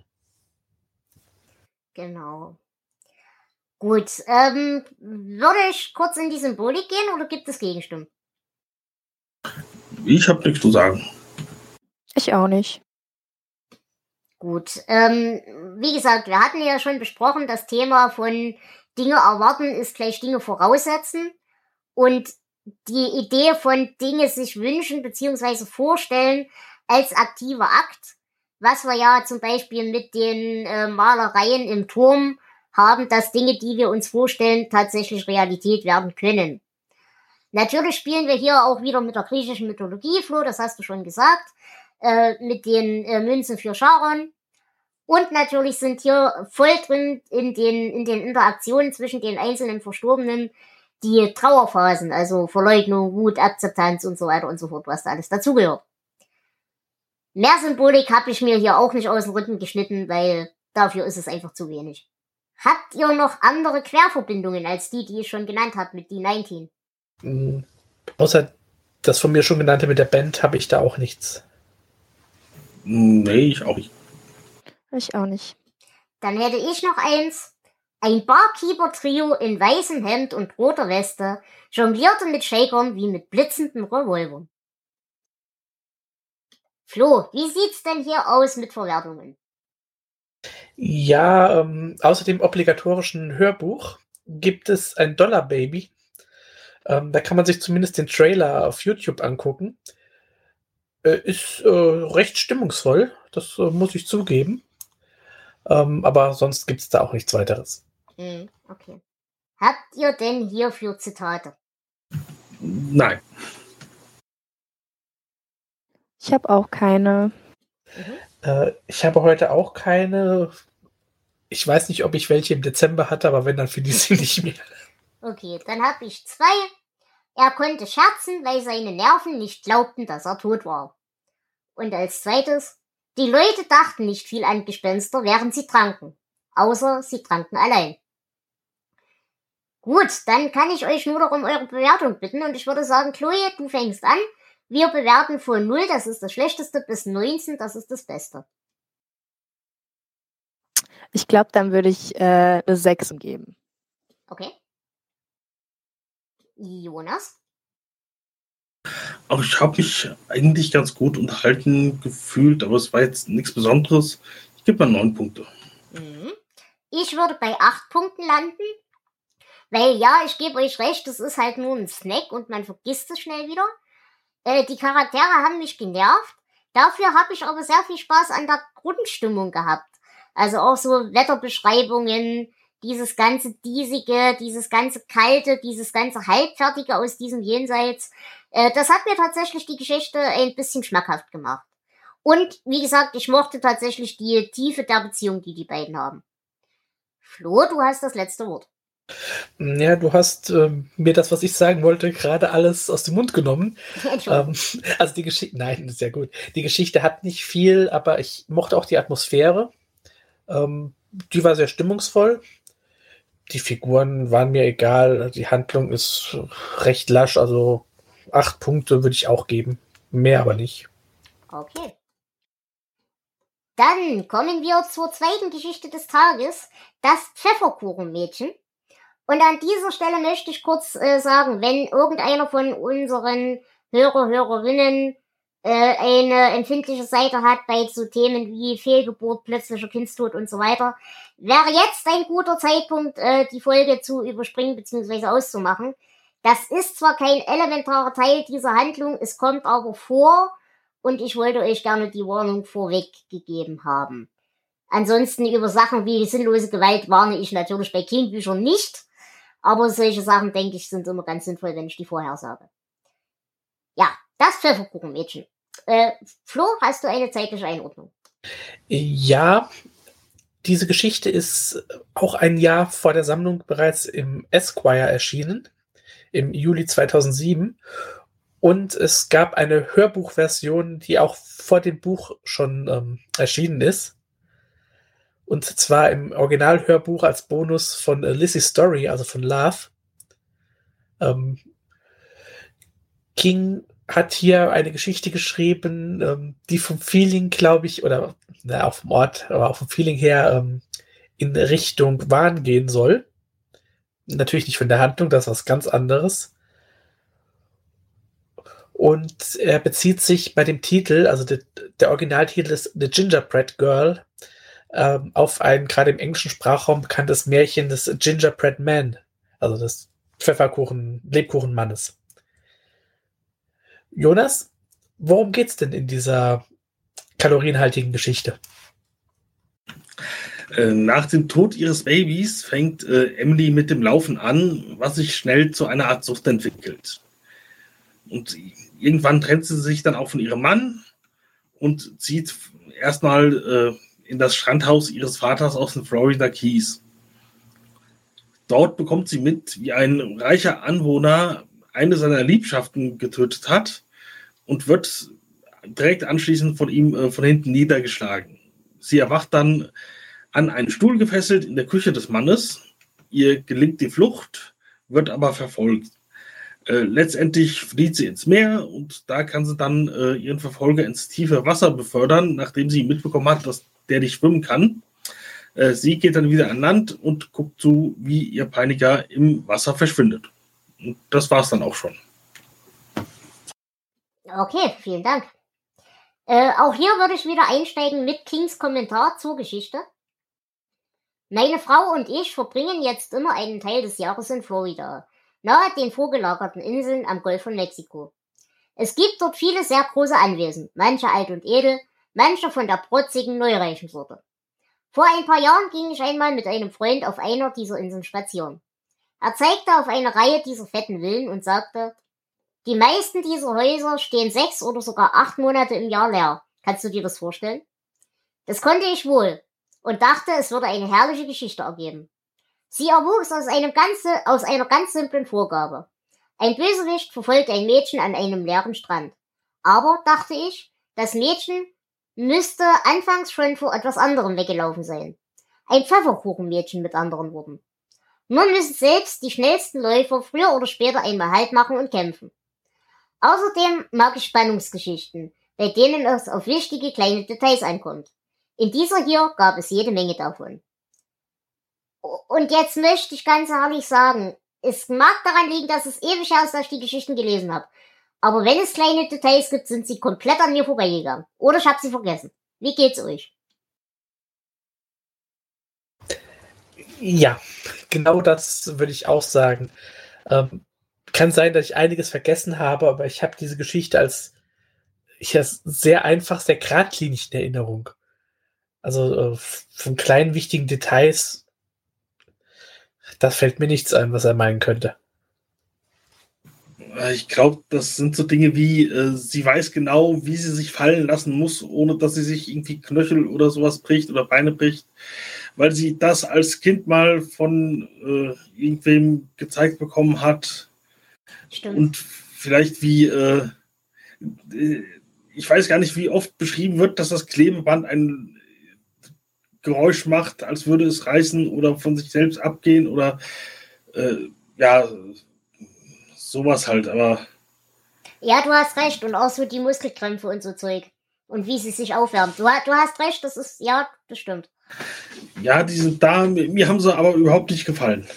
Genau. Gut, ähm, würde ich kurz in die Symbolik gehen oder gibt es Gegenstimmen? Ich habe nichts zu sagen. Ich auch nicht. Gut, ähm, wie gesagt, wir hatten ja schon besprochen, das Thema von Dinge erwarten ist gleich Dinge voraussetzen und die Idee von Dinge sich wünschen bzw. vorstellen als aktiver Akt, was wir ja zum Beispiel mit den äh, Malereien im Turm haben, dass Dinge, die wir uns vorstellen, tatsächlich Realität werden können. Natürlich spielen wir hier auch wieder mit der griechischen Mythologie, Flo, das hast du schon gesagt, äh, mit den äh, Münzen für Charon. Und natürlich sind hier voll drin in den, in den Interaktionen zwischen den einzelnen Verstorbenen die Trauerphasen, also Verleugnung, Wut, Akzeptanz und so weiter und so fort, was da alles dazugehört. Mehr Symbolik habe ich mir hier auch nicht aus dem Rücken geschnitten, weil dafür ist es einfach zu wenig. Habt ihr noch andere Querverbindungen als die, die ich schon genannt habe mit D neunzehn? Mhm. Außer das von mir schon genannte mit der Band habe ich da auch nichts. Nee, ich auch nicht. Ich auch nicht. Dann hätte ich noch eins. Ein Barkeeper-Trio in weißem Hemd und roter Weste jonglierte mit Shakern wie mit blitzenden Revolvern. Flo, wie sieht's denn hier aus mit Verwertungen? Ja, ähm, außer dem obligatorischen Hörbuch gibt es ein Dollar Baby. Ähm, da kann man sich zumindest den Trailer auf YouTube angucken. Äh, ist äh, recht stimmungsvoll, das äh, muss ich zugeben. Ähm, aber sonst gibt es da auch nichts weiteres. Hm, okay. Habt ihr denn hierfür Zitate? Nein. Ich habe auch keine. Mhm. Äh, ich habe heute auch keine. Ich weiß nicht, ob ich welche im Dezember hatte, aber wenn, dann finde ich sie nicht mehr. Okay, dann habe ich zwei. Er konnte scherzen, weil seine Nerven nicht glaubten, dass er tot war. Und als zweites, die Leute dachten nicht viel an Gespenster, während sie tranken. Außer sie tranken allein. Gut, dann kann ich euch nur noch um eure Bewertung bitten und ich würde sagen, Chloe, du fängst an. Wir bewerten von null, das ist das Schlechteste, bis neunzehn, das ist das Beste. Ich glaube, dann würde ich äh, eine sechs geben. Okay. Jonas? Auch ich habe mich eigentlich ganz gut unterhalten gefühlt, aber es war jetzt nichts Besonderes. Ich gebe mal neun Punkte. Mhm. Ich würde bei acht Punkten landen, weil ja, ich gebe euch recht, das ist halt nur ein Snack und man vergisst es schnell wieder. Äh, die Charaktere haben mich genervt, dafür habe ich aber sehr viel Spaß an der Grundstimmung gehabt. Also auch so Wetterbeschreibungen, dieses ganze Diesige, dieses ganze Kalte, dieses ganze Halbfertige aus diesem Jenseits. Äh, das hat mir tatsächlich die Geschichte ein bisschen schmackhaft gemacht. Und wie gesagt, ich mochte tatsächlich die Tiefe der Beziehung, die die beiden haben. Flo, du hast das letzte Wort. Ja, du hast ähm, mir das, was ich sagen wollte, gerade alles aus dem Mund genommen. Entschuldigung. Ähm, also die Geschichte, nein, ist ja gut. Die Geschichte hat nicht viel, aber ich mochte auch die Atmosphäre. Ähm, die war sehr stimmungsvoll. Die Figuren waren mir egal. Die Handlung ist recht lasch, also acht Punkte würde ich auch geben. Mehr aber nicht. Okay. Dann kommen wir zur zweiten Geschichte des Tages, das Pfefferkuchenmädchen. Und an dieser Stelle möchte ich kurz äh, sagen, wenn irgendeiner von unseren Hörer, Hörerinnen äh, eine empfindliche Seite hat bei so Themen wie Fehlgeburt, plötzlicher Kindstod und so weiter, wäre jetzt ein guter Zeitpunkt, äh, die Folge zu überspringen bzw. auszumachen. Das ist zwar kein elementarer Teil dieser Handlung, es kommt aber vor und ich wollte euch gerne die Warnung vorweg gegeben haben. Ansonsten über Sachen wie sinnlose Gewalt warne ich natürlich bei Kindbüchern nicht. Aber solche Sachen, denke ich, sind immer ganz sinnvoll, wenn ich die vorher sage. Ja, das Pfefferkuchenmädchen. Äh, Flo, hast du eine zeitliche Einordnung? Ja, diese Geschichte ist auch ein Jahr vor der Sammlung bereits im Esquire erschienen, im Juli zweitausendsieben. Und es gab eine Hörbuchversion, die auch vor dem Buch schon ähm, erschienen ist. Und zwar im Originalhörbuch als Bonus von äh, Lizzie's Story, also von Love. Ähm, King hat hier eine Geschichte geschrieben, ähm, die vom Feeling, glaube ich, oder na, auch vom Ort, aber auch vom Feeling her ähm, in Richtung Wahn gehen soll. Natürlich nicht von der Handlung, das ist was ganz anderes. Und er bezieht sich bei dem Titel, also de, der Originaltitel ist The Gingerbread Girl, ähm, auf ein gerade im englischen Sprachraum bekanntes Märchen des Gingerbread Man, also des Pfefferkuchen, Lebkuchenmannes. Jonas, worum geht's denn in dieser kalorienhaltigen Geschichte? Äh, nach dem Tod ihres Babys fängt äh, Emily mit dem Laufen an, was sich schnell zu einer Art Sucht entwickelt. Und irgendwann trennt sie sich dann auch von ihrem Mann und zieht erstmal äh, in das Strandhaus ihres Vaters aus den Florida Keys. Dort bekommt sie mit, wie ein reicher Anwohner eine seiner Liebschaften getötet hat und wird direkt anschließend von ihm äh, von hinten niedergeschlagen. Sie erwacht dann an einen Stuhl gefesselt in der Küche des Mannes. Ihr gelingt die Flucht, wird aber verfolgt. Äh, letztendlich flieht sie ins Meer und da kann sie dann äh, ihren Verfolger ins tiefe Wasser befördern, nachdem sie mitbekommen hat, dass der nicht schwimmen kann. Äh, sie geht dann wieder an Land und guckt zu, wie ihr Peiniger im Wasser verschwindet. Und das war's dann auch schon. Okay, vielen Dank. Äh, auch hier würde ich wieder einsteigen mit Kings Kommentar zur Geschichte. Meine Frau und ich verbringen jetzt immer einen Teil des Jahres in Florida, nahe den vorgelagerten Inseln am Golf von Mexiko. Es gibt dort viele sehr große Anwesen, manche alt und edel, manche von der protzigen neureichen Sorte. Vor ein paar Jahren ging ich einmal mit einem Freund auf einer dieser Inseln spazieren. Er zeigte auf eine Reihe dieser fetten Villen und sagte, die meisten dieser Häuser stehen sechs oder sogar acht Monate im Jahr leer. Kannst du dir das vorstellen? Das konnte ich wohl und dachte, es würde eine herrliche Geschichte ergeben. Sie erwuchs aus einem ganz, aus einer ganz simplen Vorgabe. Ein Bösewicht verfolgt ein Mädchen an einem leeren Strand. Aber, dachte ich, das Mädchen müsste anfangs schon vor etwas anderem weggelaufen sein. Ein Pfefferkuchenmädchen mit anderen Worten. Nur müssen selbst die schnellsten Läufer früher oder später einmal Halt machen und kämpfen. Außerdem mag ich Spannungsgeschichten, bei denen es auf wichtige kleine Details ankommt. In dieser hier gab es jede Menge davon. Und jetzt möchte ich ganz ehrlich sagen, es mag daran liegen, dass es ewig her ist, dass ich die Geschichten gelesen habe. Aber wenn es kleine Details gibt, sind sie komplett an mir vorbeigegangen. Oder ich habe sie vergessen. Wie geht's euch? Ja, genau das würde ich auch sagen. Ähm, kann sein, dass ich einiges vergessen habe, aber ich habe diese Geschichte als ich als sehr einfach, sehr geradlinig in Erinnerung. Also äh, von kleinen, wichtigen Details, das fällt mir nichts ein, was er meinen könnte. Ich glaube, das sind so Dinge wie, äh, sie weiß genau, wie sie sich fallen lassen muss, ohne dass sie sich irgendwie Knöchel oder sowas bricht oder Beine bricht, weil sie das als Kind mal von äh, irgendwem gezeigt bekommen hat. Stimmt. Und vielleicht wie, äh, ich weiß gar nicht, wie oft beschrieben wird, dass das Klebeband ein Geräusch macht, als würde es reißen oder von sich selbst abgehen oder äh, ja, sowas halt, aber... Ja, du hast recht. Und auch so die Muskelkrämpfe und so Zeug. Und wie sie sich aufwärmt. Du, du hast recht, das ist, ja, das stimmt. Ja, die sind da, mir haben sie aber überhaupt nicht gefallen.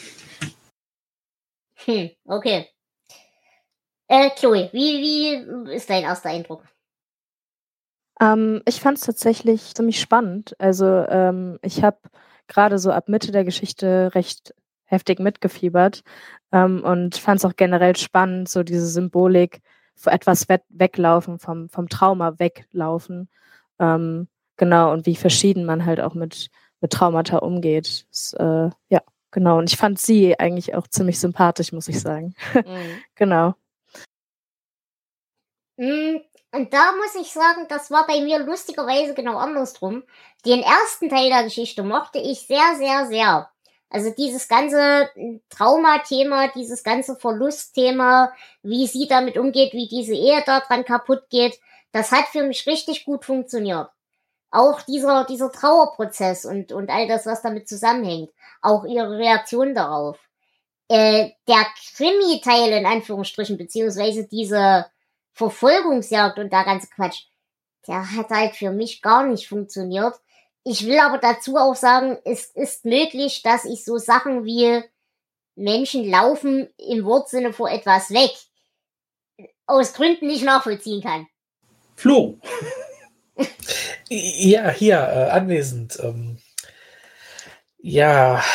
Hm, okay. Äh, Chloe, wie, wie ist dein erster Eindruck? Ähm, ich fand es tatsächlich ziemlich spannend. Also ähm, ich habe gerade so ab Mitte der Geschichte recht heftig mitgefiebert ähm, und fand es auch generell spannend, so diese Symbolik vor etwas we- weglaufen, vom, vom Trauma weglaufen. Ähm, genau, und wie verschieden man halt auch mit, mit Traumata umgeht. Das, äh, ja, genau. Und ich fand sie eigentlich auch ziemlich sympathisch, muss ich sagen. Mhm. Genau. Mm, Und da muss ich sagen, das war bei mir lustigerweise genau andersrum. Den ersten Teil der Geschichte mochte ich sehr, sehr, sehr. Also dieses ganze Traumathema, dieses ganze Verlustthema, wie sie damit umgeht, wie diese Ehe daran kaputt geht, das hat für mich richtig gut funktioniert. Auch dieser, dieser Trauerprozess und, und all das, was damit zusammenhängt. Auch ihre Reaktion darauf. Äh, der Krimi-Teil in Anführungsstrichen, beziehungsweise diese Verfolgungsjagd und der ganze Quatsch, der hat halt für mich gar nicht funktioniert. Ich will aber dazu auch sagen, es ist möglich, dass ich so Sachen wie Menschen laufen im Wortsinne vor etwas weg aus Gründen nicht nachvollziehen kann. Flo. Ja, hier, äh, anwesend. Ähm, ja,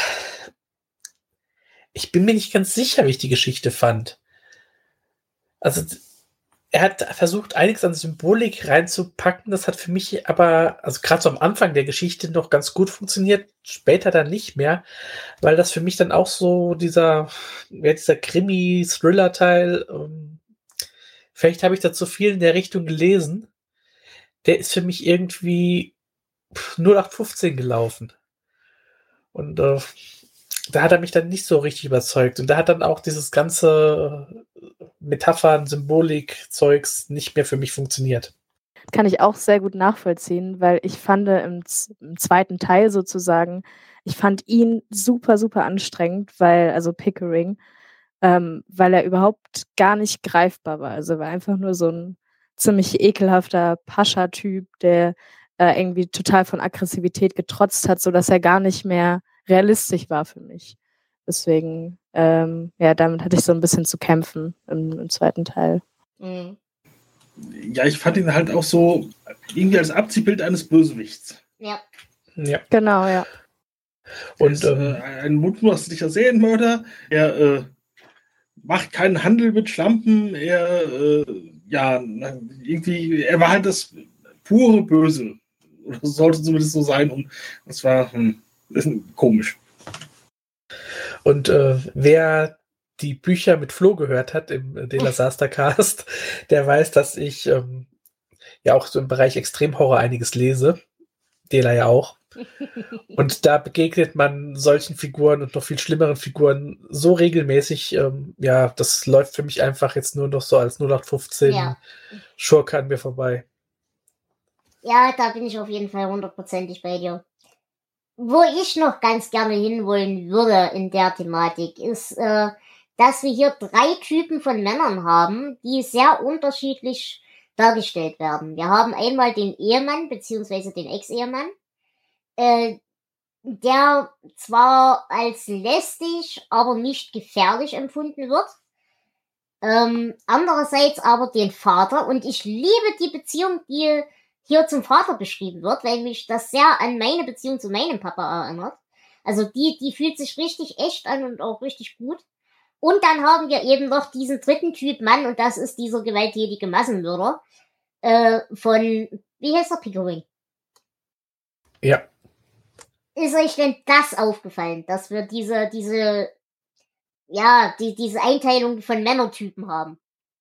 ich bin mir nicht ganz sicher, wie ich die Geschichte fand. Also, er hat versucht, einiges an Symbolik reinzupacken. Das hat für mich aber, also gerade so am Anfang der Geschichte noch ganz gut funktioniert, später dann nicht mehr, weil das für mich dann auch so dieser, ja, dieser Krimi-Thriller-Teil, ähm, vielleicht habe ich da zu viel in der Richtung gelesen. Der ist für mich irgendwie null acht fünfzehn gelaufen. Und äh, da hat er mich dann nicht so richtig überzeugt. Und da hat dann auch dieses ganze Metaphern, Symbolik-Zeugs nicht mehr für mich funktioniert. Kann ich auch sehr gut nachvollziehen, weil ich fand im, z- im zweiten Teil sozusagen, ich fand ihn super, super anstrengend, weil, also Pickering, ähm, weil er überhaupt gar nicht greifbar war. Also er war einfach nur so ein ziemlich ekelhafter Pascha-Typ, der äh, irgendwie total von Aggressivität getrotzt hat, sodass er gar nicht mehr realistisch war für mich. Deswegen, ähm, ja, damit hatte ich so ein bisschen zu kämpfen im, im zweiten Teil. Mhm. Ja, ich fand ihn halt auch so irgendwie als Abziehbild eines Bösewichts. Ja. Ja. Genau, ja. Und Und ist, äh, ein mutmaßlicher Serienmörder. Er äh, macht keinen Handel mit Schlampen. Er, äh, ja, irgendwie, er war halt das pure Böse. Oder sollte zumindest so sein. Und das war hm, das ist komisch. Und äh, wer die Bücher mit Flo gehört hat im De La Saster Cast, der weiß, dass ich ähm, ja auch so im Bereich Extremhorror einiges lese. Dela ja auch. Und da begegnet man solchen Figuren und noch viel schlimmeren Figuren so regelmäßig. Ähm, ja, das läuft für mich einfach jetzt nur noch so als null acht fünfzehn Ja. Schurke an mir vorbei. Ja, da bin ich auf jeden Fall hundertprozentig bei dir. Wo ich noch ganz gerne hinwollen würde in der Thematik, ist, äh, dass wir hier drei Typen von Männern haben, die sehr unterschiedlich dargestellt werden. Wir haben einmal den Ehemann, beziehungsweise den Ex-Ehemann, äh, der zwar als lästig, aber nicht gefährlich empfunden wird. Ähm, andererseits aber den Vater, und ich liebe die Beziehung, die hier zum Vater beschrieben wird, weil mich das sehr an meine Beziehung zu meinem Papa erinnert. Also die, die fühlt sich richtig echt an und auch richtig gut. Und dann haben wir eben noch diesen dritten Typ Mann, und das ist dieser gewalttätige Massenmörder äh, von, wie heißt er, Pickering? Ja. Ist euch denn das aufgefallen, dass wir diese, diese, ja, die, diese Einteilung von Männertypen haben?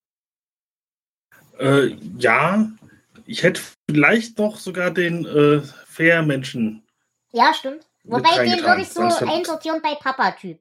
Äh, ja, ich hätte vielleicht noch sogar den äh, Fair-Menschen. Ja, stimmt. Mit Wobei, den würde ich so reingetragen. einsortieren bei Papa-Typ.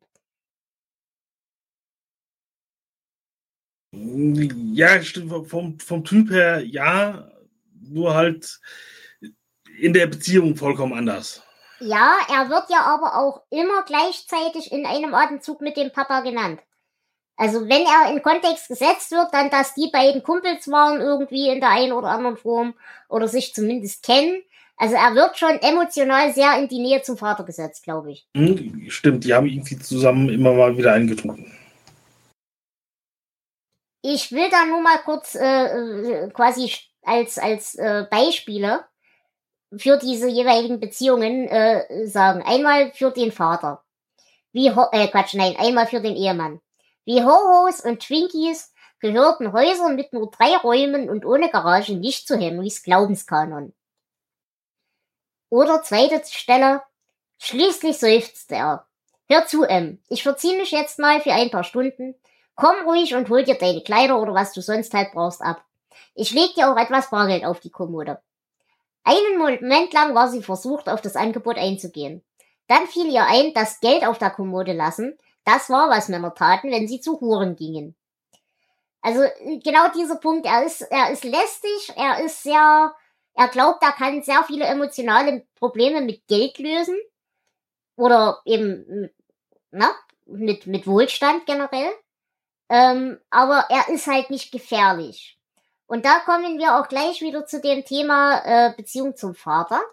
Ja, stimmt, vom, vom Typ her ja, nur halt in der Beziehung vollkommen anders. Ja, er wird ja aber auch immer gleichzeitig in einem Atemzug mit dem Papa genannt. Also wenn er in Kontext gesetzt wird, dann, dass die beiden Kumpels waren irgendwie in der einen oder anderen Form oder sich zumindest kennen. Also er wird schon emotional sehr in die Nähe zum Vater gesetzt, glaube ich. Hm, stimmt, die haben irgendwie zusammen immer mal wieder eingetrunken. Ich will da nur mal kurz äh, quasi als, als äh, Beispiele für diese jeweiligen Beziehungen äh, sagen. Einmal für den Vater. Wie Ho äh, Quatsch, nein, einmal für den Ehemann. Wie Ho-Hos und Twinkies gehörten Häuser mit nur drei Räumen und ohne Garage nicht zu Henrys Glaubenskanon. Oder zweite Stelle, schließlich seufzte er. Hör zu, Em, ich verzieh mich jetzt mal für ein paar Stunden. Komm ruhig und hol dir deine Kleider oder was du sonst halt brauchst ab. Ich leg dir auch etwas Bargeld auf die Kommode. Einen Moment lang war sie versucht, auf das Angebot einzugehen. Dann fiel ihr ein, dass Geld auf der Kommode lassen, das war, was Männer taten, wenn sie zu Huren gingen. Also genau dieser Punkt, er ist, er ist lästig, er ist sehr, er glaubt, er kann sehr viele emotionale Probleme mit Geld lösen. Oder eben, na, mit, mit Wohlstand generell. Ähm, aber er ist halt nicht gefährlich. Und da kommen wir auch gleich wieder zu dem Thema äh, Beziehung zum Vater.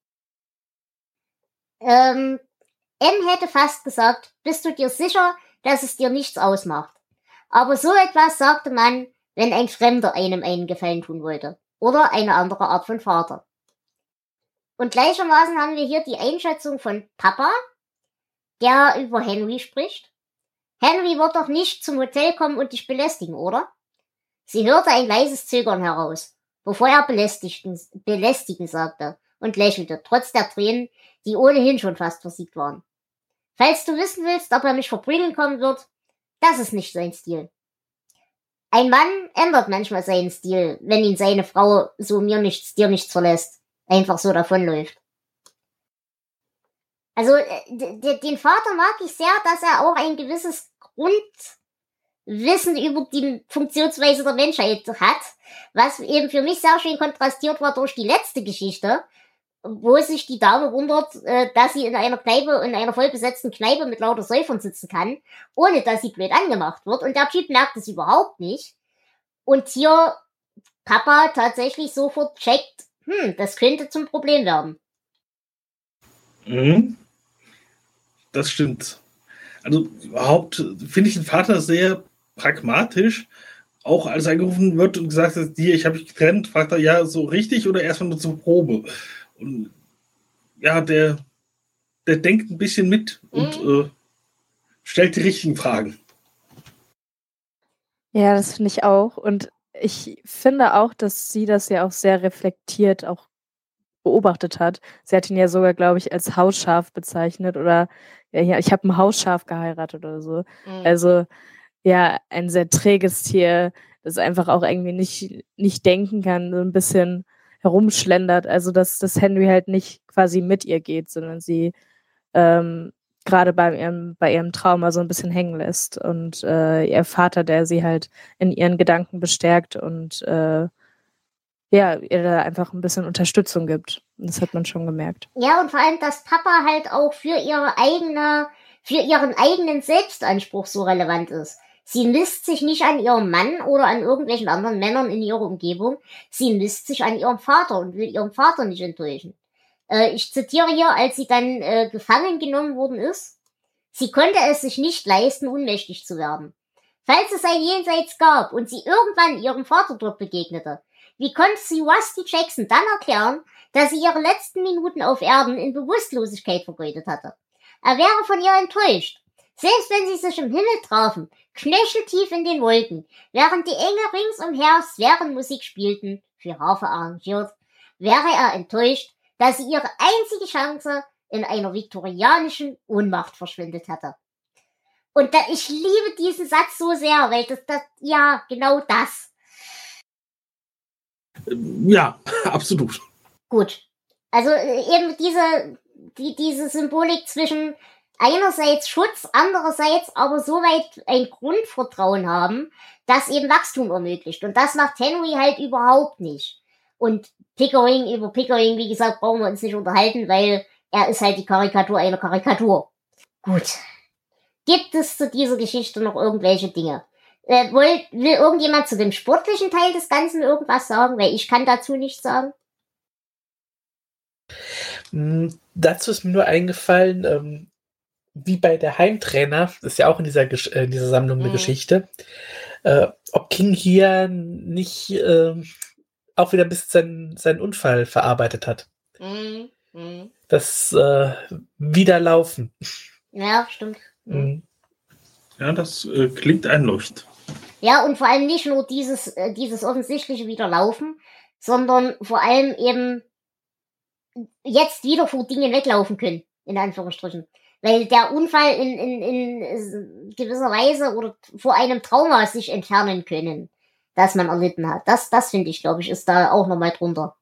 Ähm, M hätte fast gesagt, bist du dir sicher, dass es dir nichts ausmacht? Aber so etwas sagte man, wenn ein Fremder einem einen Gefallen tun wollte. Oder eine andere Art von Vater. Und gleichermaßen haben wir hier die Einschätzung von Papa, der über Henry spricht. Henry wird doch nicht zum Hotel kommen und dich belästigen, oder? Sie hörte ein leises Zögern heraus, bevor er belästigen, belästigen sagte und lächelte, trotz der Tränen, die ohnehin schon fast versiegt waren. Falls du wissen willst, ob er mich verprügeln kommen wird, das ist nicht sein Stil. Ein Mann ändert manchmal seinen Stil, wenn ihn seine Frau so mir nichts, dir nichts verlässt, einfach so davonläuft. Also, den Vater mag ich sehr, dass er auch ein gewisses Grundwissen über die Funktionsweise der Menschheit hat, was eben für mich sehr schön kontrastiert war durch die letzte Geschichte, wo sich die Dame wundert, dass sie in einer Kneipe, in einer vollbesetzten Kneipe mit lauter Säufern sitzen kann, ohne dass sie blöd angemacht wird. Und der Typ merkt es überhaupt nicht. Und hier Papa tatsächlich sofort checkt, hm, das könnte zum Problem werden. Mhm. Das stimmt. Also überhaupt finde ich den Vater sehr pragmatisch. Auch als er angerufen wird und gesagt hat, dir, ich habe mich getrennt, fragt er, ja, so richtig oder erstmal nur zur Probe? Und ja, der, der denkt ein bisschen mit und mhm. äh, stellt die richtigen Fragen. Ja, das finde ich auch. Und ich finde auch, dass sie das ja auch sehr reflektiert auch beobachtet hat. Sie hat ihn ja sogar, glaube ich, als Hausschaf bezeichnet oder ja, ich habe ein Hausschaf geheiratet oder so. Mhm. Also ja, ein sehr träges Tier, das einfach auch irgendwie nicht, nicht denken kann, so ein bisschen herumschlendert. Also dass, dass Henry halt nicht quasi mit ihr geht, sondern sie ähm, gerade bei ihrem, bei ihrem Trauma so ein bisschen hängen lässt. Und äh, ihr Vater, der sie halt in ihren Gedanken bestärkt und äh, ja, ihr da einfach ein bisschen Unterstützung gibt. Das hat man schon gemerkt. Ja, und vor allem, dass Papa halt auch für ihre eigene, für ihren eigenen Selbstanspruch so relevant ist. Sie misst sich nicht an ihrem Mann oder an irgendwelchen anderen Männern in ihrer Umgebung. Sie misst sich an ihrem Vater und will ihren Vater nicht enttäuschen. Äh, ich zitiere hier, als sie dann äh, gefangen genommen worden ist. Sie konnte es sich nicht leisten, ohnmächtig zu werden. Falls es ein Jenseits gab und sie irgendwann ihrem Vater dort begegnete, wie konnte sie Rusty Jackson dann erklären, dass sie ihre letzten Minuten auf Erden in Bewusstlosigkeit vergeudet hatte? Er wäre von ihr enttäuscht. Selbst wenn sie sich im Himmel trafen, knöcheltief in den Wolken, während die Engel ringsumher Sphärenmusik spielten, für Harfe arrangiert, wäre er enttäuscht, dass sie ihre einzige Chance in einer viktorianischen Ohnmacht verschwindet hatte. Und da, ich liebe diesen Satz so sehr, weil das, das, ja, genau das. Ja, absolut. Gut. Also eben diese, die, diese Symbolik zwischen einerseits Schutz, andererseits aber so weit ein Grundvertrauen haben, das eben Wachstum ermöglicht. Und das macht Henry halt überhaupt nicht. Und Pickering, über Pickering, wie gesagt, brauchen wir uns nicht unterhalten, weil er ist halt die Karikatur einer Karikatur. Gut. Gibt es zu dieser Geschichte noch irgendwelche Dinge? Äh, will, will irgendjemand zu dem sportlichen Teil des Ganzen irgendwas sagen? Weil ich kann dazu nichts sagen. Mm, dazu ist mir nur eingefallen, ähm, wie bei der Heimtrainer, das ist ja auch in dieser, Gesch- äh, in dieser Sammlung eine mhm. Geschichte, äh, ob King hier nicht äh, auch wieder ein bisschen seinen, seinen Unfall verarbeitet hat. Mhm. Mhm. Das äh, Wiederlaufen. Ja, stimmt. Mhm. Ja, das äh, klingt einleuchtend. Ja, und vor allem nicht nur dieses, äh, dieses offensichtliche Wiederlaufen, sondern vor allem eben jetzt wieder vor Dingen weglaufen können, in Anführungsstrichen. Weil der Unfall in, in, in gewisser Weise oder vor einem Trauma sich entfernen können, das man erlitten hat. Das, das finde ich, glaube ich, ist da auch nochmal drunter.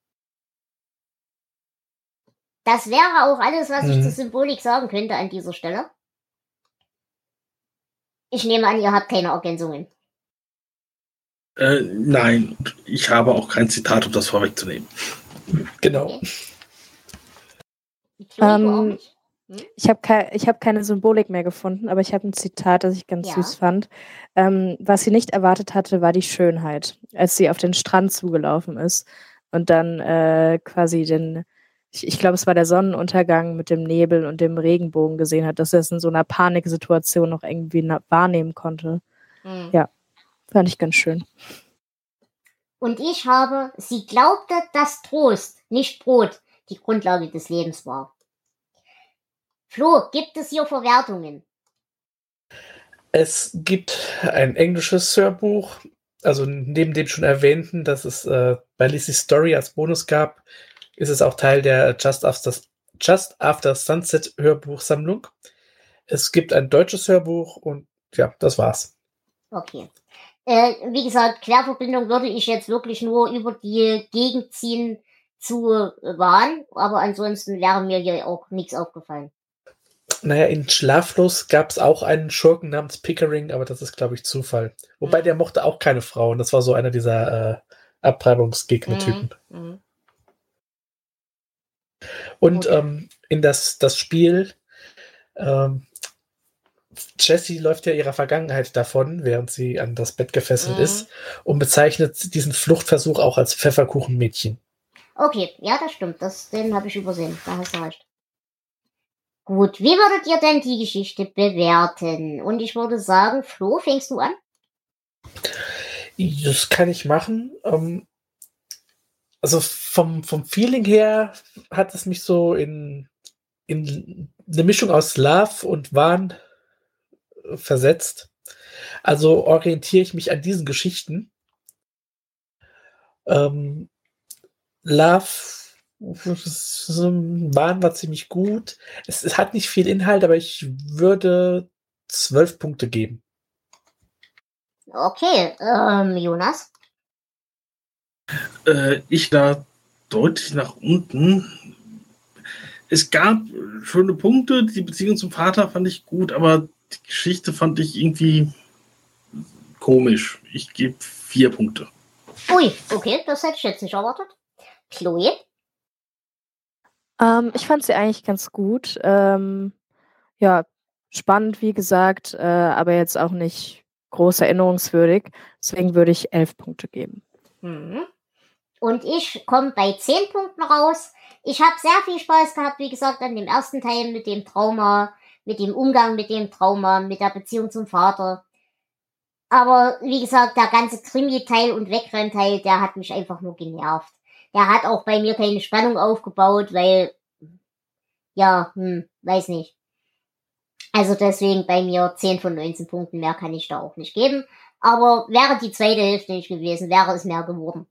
Das wäre auch alles, was ich Mhm. zur Symbolik sagen könnte an dieser Stelle. Ich nehme an, ihr habt keine Ergänzungen. Äh, nein, ich habe auch kein Zitat, um das vorwegzunehmen. Genau. Okay. Chloe, du auch Ähm, nicht? Hm? Ich habe kei ich hab keine Symbolik mehr gefunden, aber ich habe ein Zitat, das ich ganz Ja. süß fand. Ähm, was sie nicht erwartet hatte, war die Schönheit, als sie auf den Strand zugelaufen ist und dann äh, quasi den, ich, ich glaube, es war der Sonnenuntergang mit dem Nebel und dem Regenbogen gesehen hat, dass er es in so einer Paniksituation noch irgendwie na- wahrnehmen konnte. Hm. Ja, fand ich ganz schön. Und ich habe, sie glaubte, dass Trost, nicht Brot, die Grundlage des Lebens war. Flo, gibt es hier Verwertungen? Es gibt ein englisches Hörbuch, also neben dem schon erwähnten, dass es äh, bei Lizzie's Story als Bonus gab, ist es auch Teil der Just After, Just After Sunset Hörbuchsammlung. Es gibt ein deutsches Hörbuch und ja, das war's. Okay. Äh, wie gesagt, Querverbindung würde ich jetzt wirklich nur über die Gegend ziehen zu Wahn, aber ansonsten wäre mir hier auch nichts aufgefallen. Naja, in Schlaflos gab es auch einen Schurken namens Pickering, aber das ist, glaube ich, Zufall. Wobei der mochte auch keine Frauen. Das war so einer dieser äh, Abtreibungsgegner-Typen. Mhm. Und Okay. ähm, in das, das Spiel, ähm, Jessie läuft ja ihrer Vergangenheit davon, während sie an das Bett gefesselt Mhm. ist, und bezeichnet diesen Fluchtversuch auch als Pfefferkuchenmädchen. Okay, ja, das stimmt. Das, den habe ich übersehen. Da hast du recht. Gut, wie würdet ihr denn die Geschichte bewerten? Und ich würde sagen, Flo, fängst du an? Das kann ich machen. Ähm, also vom, vom Feeling her hat es mich so in, in eine Mischung aus Love und Wahn äh, versetzt. Also orientiere ich mich an diesen Geschichten. Ähm, Love Wahn war ziemlich gut. Es, es hat nicht viel Inhalt, aber ich würde zwölf Punkte geben. Okay, ähm, Jonas? Äh, ich da deutlich nach unten. Es gab schöne Punkte, die Beziehung zum Vater fand ich gut, aber die Geschichte fand ich irgendwie komisch. Ich gebe vier Punkte. Ui, okay, das hätte ich jetzt nicht erwartet. Chloe? Ähm, ich fand sie eigentlich ganz gut. Ähm, ja, spannend, wie gesagt, äh, aber jetzt auch nicht groß erinnerungswürdig. Deswegen würde ich elf Punkte geben. Mhm. Und ich komme bei zehn Punkten raus. Ich habe sehr viel Spaß gehabt, wie gesagt, an dem ersten Teil mit dem Trauma, mit dem Umgang mit dem Trauma, mit der Beziehung zum Vater. Aber wie gesagt, der ganze Krimi-Teil und Wegrennteil, der hat mich einfach nur genervt. Der hat auch bei mir keine Spannung aufgebaut, weil, ja, hm, weiß nicht. Also deswegen bei mir zehn von neunzehn Punkten, mehr kann ich da auch nicht geben. Aber wäre die zweite Hälfte nicht gewesen, wäre es mehr geworden.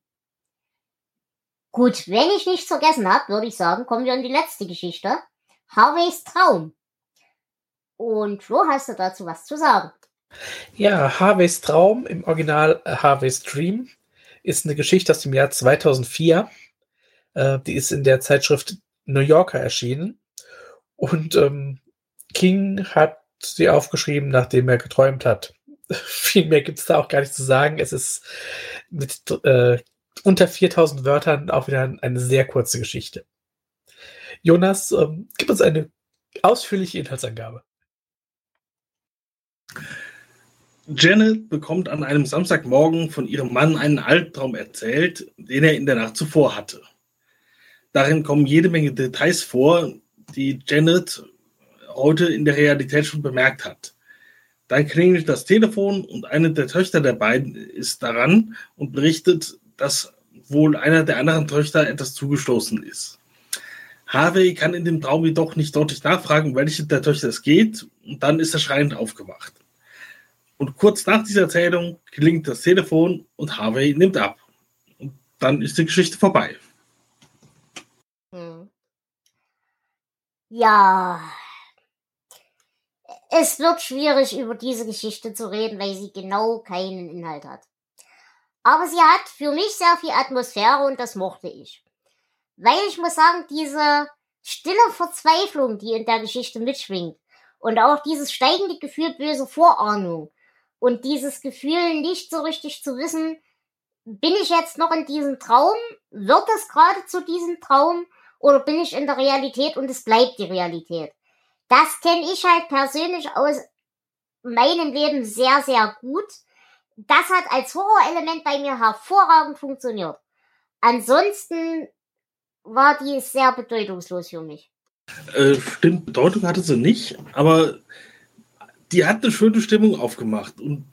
Gut, wenn ich nichts vergessen habe, würde ich sagen, kommen wir in die letzte Geschichte. Harveys Traum. Und Flo, hast du dazu was zu sagen? Ja, Harveys Traum, im Original äh, Harveys Dream, ist eine Geschichte aus dem Jahr zweitausendvier. Äh, die ist in der Zeitschrift New Yorker erschienen. Und ähm, King hat sie aufgeschrieben, nachdem er geträumt hat. Viel mehr gibt es da auch gar nicht zu sagen. Es ist mit äh, unter viertausend Wörtern auch wieder eine sehr kurze Geschichte. Jonas, ähm, gib uns eine ausführliche Inhaltsangabe. Janet bekommt an einem Samstagmorgen von ihrem Mann einen Albtraum erzählt, den er in der Nacht zuvor hatte. Darin kommen jede Menge Details vor, die Janet heute in der Realität schon bemerkt hat. Dann klingelt das Telefon und eine der Töchter der beiden ist daran und berichtet, dass wohl einer der anderen Töchter etwas zugestoßen ist. Harvey kann in dem Traum jedoch nicht deutlich nachfragen, um welche der Töchter es geht, und dann ist er schreiend aufgewacht. Und kurz nach dieser Erzählung klingt das Telefon und Harvey nimmt ab. Und dann ist die Geschichte vorbei. Hm. Ja, es wird schwierig, über diese Geschichte zu reden, weil sie genau keinen Inhalt hat. Aber sie hat für mich sehr viel Atmosphäre und das mochte ich. Weil ich muss sagen, diese stille Verzweiflung, die in der Geschichte mitschwingt und auch dieses steigende Gefühl böse Vorahnung und dieses Gefühl, nicht so richtig zu wissen, bin ich jetzt noch in diesem Traum? Wird es gerade zu diesem Traum? Oder bin ich in der Realität und es bleibt die Realität? Das kenne ich halt persönlich aus meinem Leben sehr, sehr gut. Das hat als Horrorelement bei mir hervorragend funktioniert. Ansonsten war die sehr bedeutungslos für mich. Äh, stimmt, Bedeutung hatte sie nicht, aber die hat eine schöne Stimmung aufgemacht. Und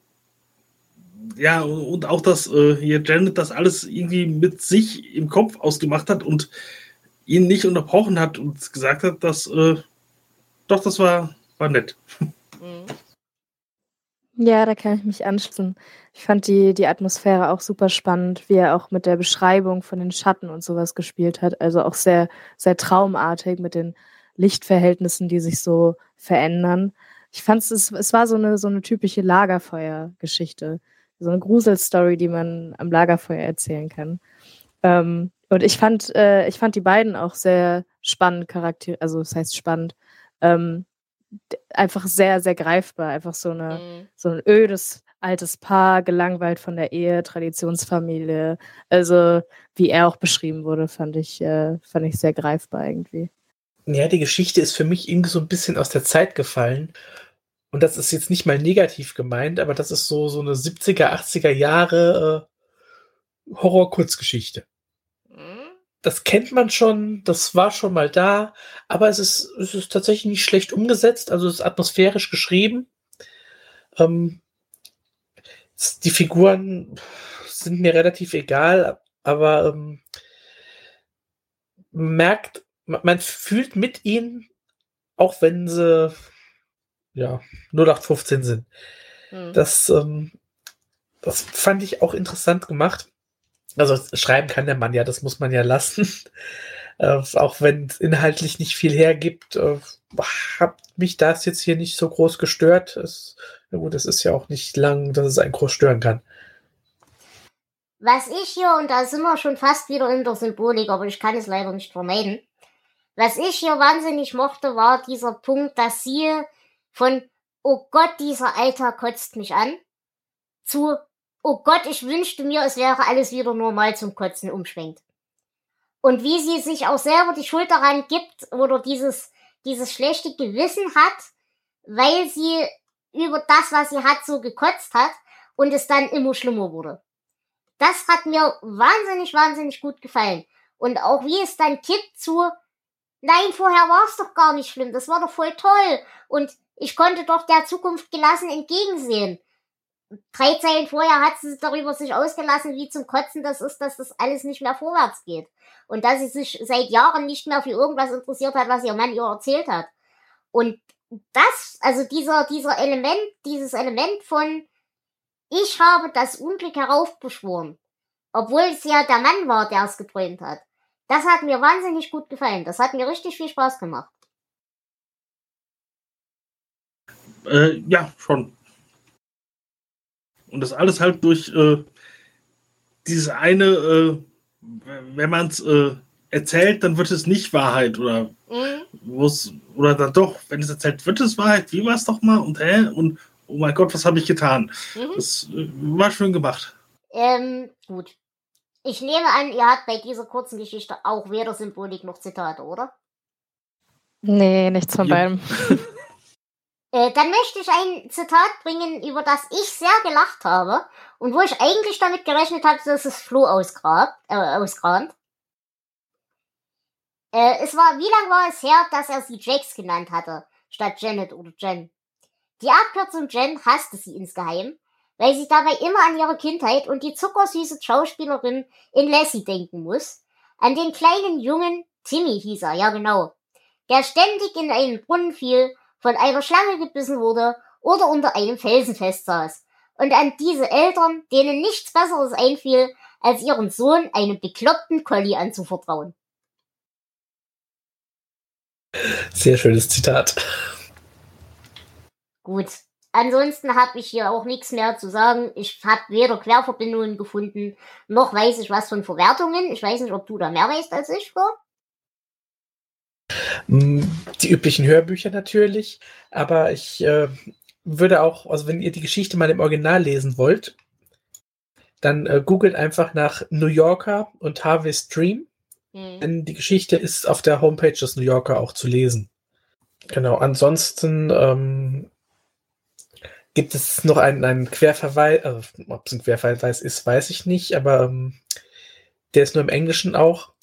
ja, und auch, dass äh, hier Janet das alles irgendwie mit sich im Kopf ausgemacht hat und ihn nicht unterbrochen hat und gesagt hat, dass äh, doch, das war, war nett. Mhm. Ja, da kann ich mich anschließen. Ich fand die, die Atmosphäre auch super spannend, wie er auch mit der Beschreibung von den Schatten und sowas gespielt hat. Also auch sehr, sehr traumartig mit den Lichtverhältnissen, die sich so verändern. Ich fand es, es war so eine, so eine typische Lagerfeuer-Geschichte. So eine Gruselstory, die man am Lagerfeuer erzählen kann. Ähm, und ich fand, äh, ich fand die beiden auch sehr spannend Charakter, also das heißt spannend, ähm, d- einfach sehr, sehr greifbar. Einfach so eine, Mhm. so ein ödes altes Paar, gelangweilt von der Ehe, Traditionsfamilie. Also wie er auch beschrieben wurde, fand ich, äh, fand ich sehr greifbar irgendwie. Ja, die Geschichte ist für mich irgendwie so ein bisschen aus der Zeit gefallen. Und das ist jetzt nicht mal negativ gemeint, aber das ist so, so eine siebziger, achtziger Jahre äh, Horror-Kurzgeschichte. Mhm. Das kennt man schon, das war schon mal da, aber es ist, es ist tatsächlich nicht schlecht umgesetzt, also es ist atmosphärisch geschrieben. Ähm, es- die Figuren sind mir relativ egal, aber ähm, man merkt, man, man fühlt mit ihnen, auch wenn sie ja null acht fünfzehn sind. Mhm. Das, ähm, das fand ich auch interessant gemacht. Also schreiben kann der Mann ja, das muss man ja lassen. Äh, auch wenn es inhaltlich nicht viel hergibt, äh, hat mich das jetzt hier nicht so groß gestört. Es, na gut, es ist ja auch nicht lang, dass es einen groß stören kann. Was ich hier, und da sind wir schon fast wieder in der Symbolik, aber ich kann es leider nicht vermeiden. Was ich hier wahnsinnig mochte, war dieser Punkt, dass sie von, oh Gott, dieser Alter kotzt mich an, zu, oh Gott, ich wünschte mir, es wäre alles wieder normal zum Kotzen umschwenkt. Und wie sie sich auch selber die Schuld daran gibt oder dieses, dieses schlechte Gewissen hat, weil sie über das, was sie hat, so gekotzt hat und es dann immer schlimmer wurde. Das hat mir wahnsinnig, wahnsinnig gut gefallen. Und auch wie es dann kippt zu, nein, vorher war es doch gar nicht schlimm, das war doch voll toll. Und ich konnte doch der Zukunft gelassen entgegensehen. Drei Zeilen vorher hat sie darüber sich ausgelassen, wie zum Kotzen das ist, dass das alles nicht mehr vorwärts geht. Und dass sie sich seit Jahren nicht mehr für irgendwas interessiert hat, was ihr Mann ihr erzählt hat. Und das, also dieser, dieser Element, dieses Element von, ich habe das Unglück heraufbeschworen, obwohl es ja der Mann war, der es geträumt hat. Das hat mir wahnsinnig gut gefallen. Das hat mir richtig viel Spaß gemacht. Äh, ja, schon. Und das alles halt durch äh, dieses eine, äh, wenn man es äh, erzählt, dann wird es nicht Wahrheit. Oder Mhm. wo's, oder dann doch, wenn es erzählt, wird es Wahrheit. Wie war es doch mal? Und hä? Und oh mein Gott, was habe ich getan? Mhm. Das äh, war schön gemacht. Ähm, gut. Ich nehme an, ihr habt bei dieser kurzen Geschichte auch weder Symbolik noch Zitate, oder? Nee, nichts von Ja. beidem. Äh, dann möchte ich ein Zitat bringen, über das ich sehr gelacht habe und wo ich eigentlich damit gerechnet habe, dass es Flo ausgrabt, äh, auskramt. Äh, es war, wie lang war es her, dass er sie Jax genannt hatte, statt Janet oder Jen? Die Abkürzung Jen hasste sie insgeheim, weil sie dabei immer an ihre Kindheit und die zuckersüße Schauspielerin in Lassie denken muss. An den kleinen Jungen, Timmy hieß er, ja genau, der ständig in einen Brunnen fiel, von einer Schlange gebissen wurde oder unter einem Felsen festsaß. Und an diese Eltern, denen nichts Besseres einfiel, als ihren Sohn einem bekloppten Collie anzuvertrauen. Sehr schönes Zitat. Gut. Ansonsten habe ich hier auch nichts mehr zu sagen. Ich habe weder Querverbindungen gefunden, noch weiß ich was von Verwertungen. Ich weiß nicht, ob du da mehr weißt als ich, Flo? Die üblichen Hörbücher natürlich, aber ich äh, würde auch, also wenn ihr die Geschichte mal im Original lesen wollt, dann äh, googelt einfach nach New Yorker und Harvest Dream, Hm. denn die Geschichte ist auf der Homepage des New Yorker auch zu lesen. Genau, ansonsten ähm, gibt es noch einen, einen Querverweis, also, ob es ein Querverweis ist, weiß ich nicht, aber ähm, der ist nur im Englischen auch.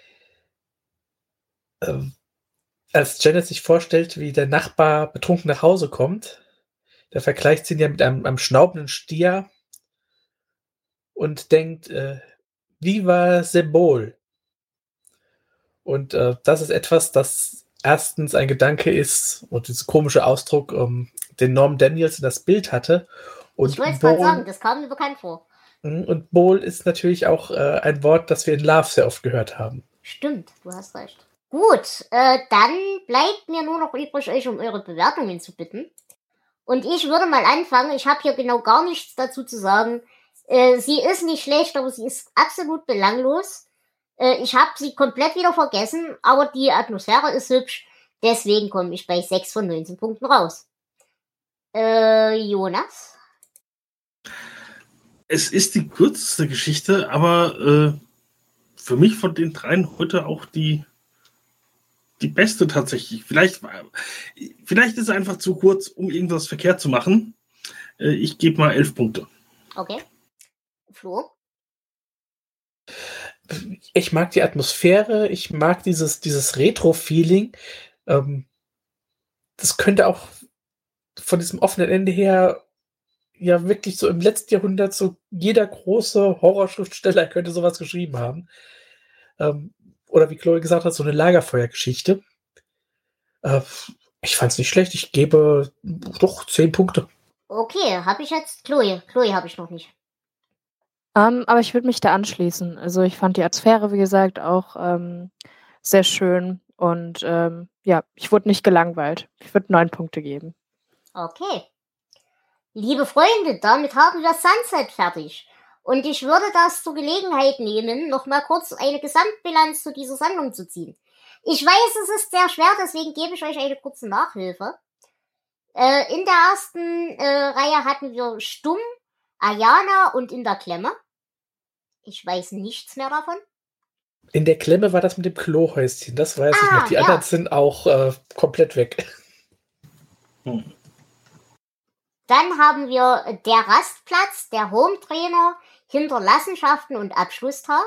Ähm, als Janet sich vorstellt, wie der Nachbar betrunken nach Hause kommt, da vergleicht sie ihn ja mit einem, einem schnaubenden Stier und denkt, äh, Viva Symbol. Und äh, das ist etwas, das erstens ein Gedanke ist und dieser komische Ausdruck, ähm, den Norm Daniels in das Bild hatte. Und Ich wollte es gerade Bowl- sagen, das kam mir bekannt vor. Und Bowl ist natürlich auch äh, ein Wort, das wir in Love sehr oft gehört haben. Stimmt, du hast recht. Gut, äh, dann bleibt mir nur noch übrig, euch um eure Bewertungen zu bitten. Und ich würde mal anfangen. Ich habe hier genau gar nichts dazu zu sagen. Äh, sie ist nicht schlecht, aber sie ist absolut belanglos. Äh, ich habe sie komplett wieder vergessen, aber die Atmosphäre ist hübsch. Deswegen komme ich bei sechs von neunzehn Punkten raus. Äh, Jonas? Es ist die kürzeste Geschichte, aber äh, für mich von den dreien heute auch die, die beste tatsächlich. Vielleicht, vielleicht ist es einfach zu kurz, um irgendwas verkehrt zu machen. Äh, ich gebe mal elf Punkte. Okay. Flo? Ich mag die Atmosphäre, ich mag dieses, dieses Retro-Feeling. Ähm, das könnte auch von diesem offenen Ende her ja wirklich so im letzten Jahrhundert so jeder große Horrorschriftsteller könnte sowas geschrieben haben. Ähm, oder wie Chloe gesagt hat, so eine Lagerfeuergeschichte. Äh, ich fand's nicht schlecht. Ich gebe doch zehn Punkte. Okay, habe ich jetzt Chloe. Chloe habe ich noch nicht. Ähm, aber ich würde mich da anschließen. Also ich fand die Atmosphäre, wie gesagt, auch ähm, sehr schön. Und ähm, ja, ich wurde nicht gelangweilt. Ich würde neun Punkte geben. Okay. Liebe Freunde, damit haben wir Sunset fertig. Und ich würde das zur Gelegenheit nehmen, nochmal kurz eine Gesamtbilanz zu dieser Sammlung zu ziehen. Ich weiß, es ist sehr schwer, deswegen gebe ich euch eine kurze Nachhilfe. Äh, in der ersten äh, Reihe hatten wir Stumm, Ayana und In der Klemme. Ich weiß nichts mehr davon. In der Klemme war das mit dem Klohäuschen, das weiß ich Ah, noch. Die ja. anderen sind auch äh, komplett weg. Hm. Dann haben wir Der Rastplatz, der Home-Trainer, Hinterlassenschaften und Abschlusstag.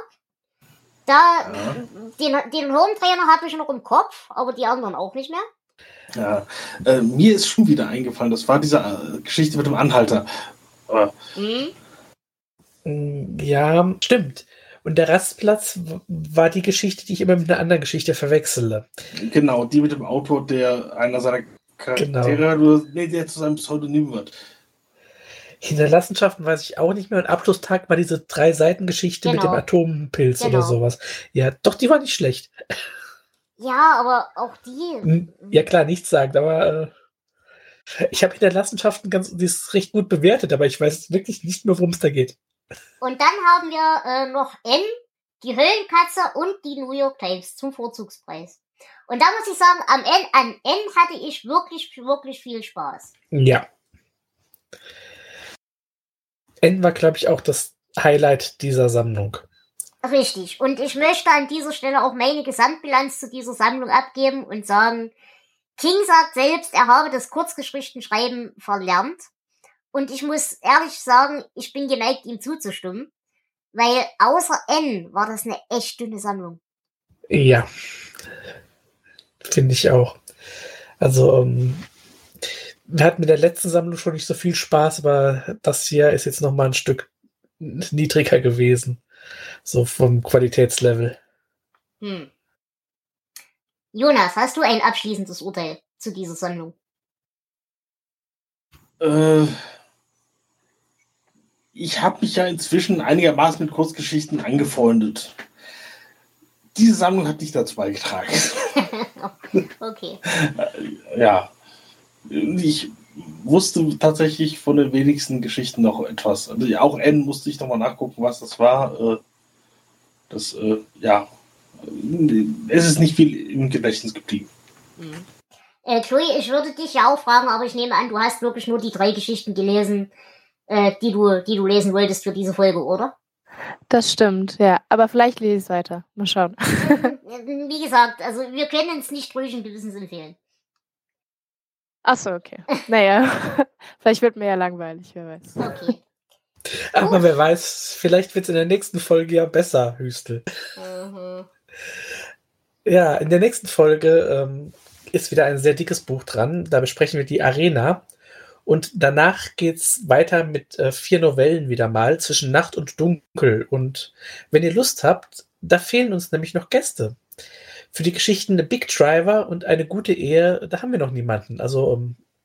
Da, Ja. den, den Home-Trainer habe ich noch im Kopf, aber die anderen auch nicht mehr. Ja, äh, mir ist schon wieder eingefallen, das war diese äh, Geschichte mit dem Anhalter. Äh, Hm? Mm, Ja, stimmt. Und der Rastplatz w- war die Geschichte, die ich immer mit einer anderen Geschichte verwechsele. genau, die mit dem Autor, der einer seiner Charaktere, oder, nee, der zu seinem Pseudonym wird. Hinterlassenschaften weiß ich auch nicht mehr. Und Abschlusstag war diese Drei-Seiten-Geschichte mit dem Genau. Atompilz Genau. oder sowas. Ja, doch, die war nicht schlecht. Ja, aber auch die. Hm, Ja, klar, nichts sagt, aber äh, ich habe Hinterlassenschaften ganz, die ist recht gut bewertet, aber ich weiß wirklich nicht mehr, worum es da geht. Und dann haben wir äh, noch N, die Höllenkatze und die New York Times zum Vorzugspreis. Und da muss ich sagen, am N, an N hatte ich wirklich, wirklich viel Spaß. Ja. N war, glaube ich, auch das Highlight dieser Sammlung. Richtig. Und ich möchte an dieser Stelle auch meine Gesamtbilanz zu dieser Sammlung abgeben und sagen, King sagt selbst, er habe das Kurzgeschichtenschreiben verlernt. Und ich muss ehrlich sagen, ich bin geneigt, ihm zuzustimmen. Weil außer N war das eine echt dünne Sammlung. Ja. Finde ich auch. Also, ähm, wir hatten mit der letzten Sammlung schon nicht so viel Spaß, aber das hier ist jetzt noch mal ein Stück niedriger gewesen. So vom Qualitätslevel. Hm. Jonas, hast du ein abschließendes Urteil zu dieser Sammlung? Äh, ich habe mich ja inzwischen einigermaßen mit Kurzgeschichten angefreundet. Diese Sammlung hat nicht dazu beigetragen. Okay. Ja, ich wusste tatsächlich von den wenigsten Geschichten noch etwas. Also auch N musste ich nochmal nachgucken, was das war. Das, äh, ja, es ist nicht viel im Gedächtnis geblieben. Hm. Äh, Chloe, ich würde dich ja auch fragen, aber ich nehme an, du hast wirklich nur die drei Geschichten gelesen, äh, die du, die du lesen wolltest für diese Folge, oder? Das stimmt, ja. Aber vielleicht lese ich es weiter. Mal schauen. Wie gesagt, also wir können es nicht ruhigen Gewissens empfehlen. Achso, okay. Naja, vielleicht wird mir ja langweilig, wer weiß. Okay. Aber wer weiß, vielleicht wird es in der nächsten Folge ja besser, Hüstel. Mhm. Ja, in der nächsten Folge ähm, ist wieder ein sehr dickes Buch dran. Da besprechen wir die Arena. Und danach geht's weiter mit äh, vier Novellen wieder mal, zwischen Nacht und Dunkel. Und wenn ihr Lust habt, da fehlen uns nämlich noch Gäste. Für die Geschichten The Big Driver und Eine gute Ehe, da haben wir noch niemanden. Also ähm,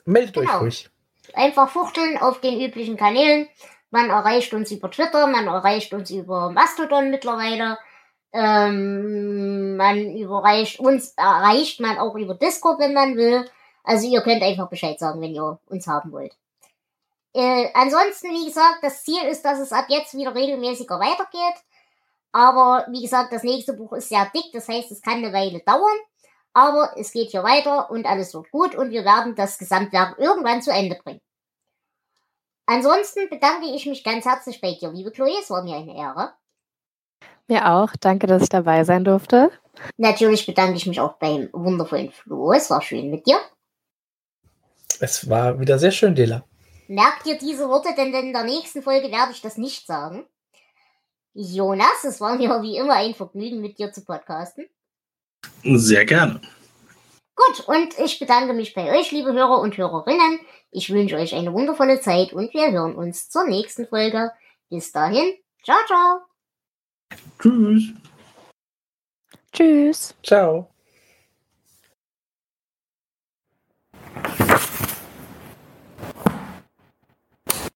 meldet Genau. euch ruhig. Einfach fuchteln auf den üblichen Kanälen. Man erreicht uns über Twitter, man erreicht uns über Mastodon mittlerweile. Ähm, man überreicht uns, erreicht man auch über Discord, wenn man will. Also ihr könnt einfach Bescheid sagen, wenn ihr uns haben wollt. Äh, ansonsten, wie gesagt, das Ziel ist, dass es ab jetzt wieder regelmäßiger weitergeht. Aber wie gesagt, das nächste Buch ist sehr dick, das heißt, es kann eine Weile dauern. Aber es geht hier weiter und alles wird gut und wir werden das Gesamtwerk irgendwann zu Ende bringen. Ansonsten bedanke ich mich ganz herzlich bei dir, liebe Chloe, es war mir eine Ehre. Mir auch, danke, dass ich dabei sein durfte. Natürlich bedanke ich mich auch beim wundervollen Flo, es war schön mit dir. Es war wieder sehr schön, Dela. Merkt ihr diese Worte, denn in der nächsten Folge werde ich das nicht sagen. Jonas, es war mir wie immer ein Vergnügen, mit dir zu podcasten. Sehr gerne. Gut, und ich bedanke mich bei euch, liebe Hörer und Hörerinnen. Ich wünsche euch eine wundervolle Zeit und wir hören uns zur nächsten Folge. Bis dahin, ciao, ciao. Tschüss. Tschüss. Ciao.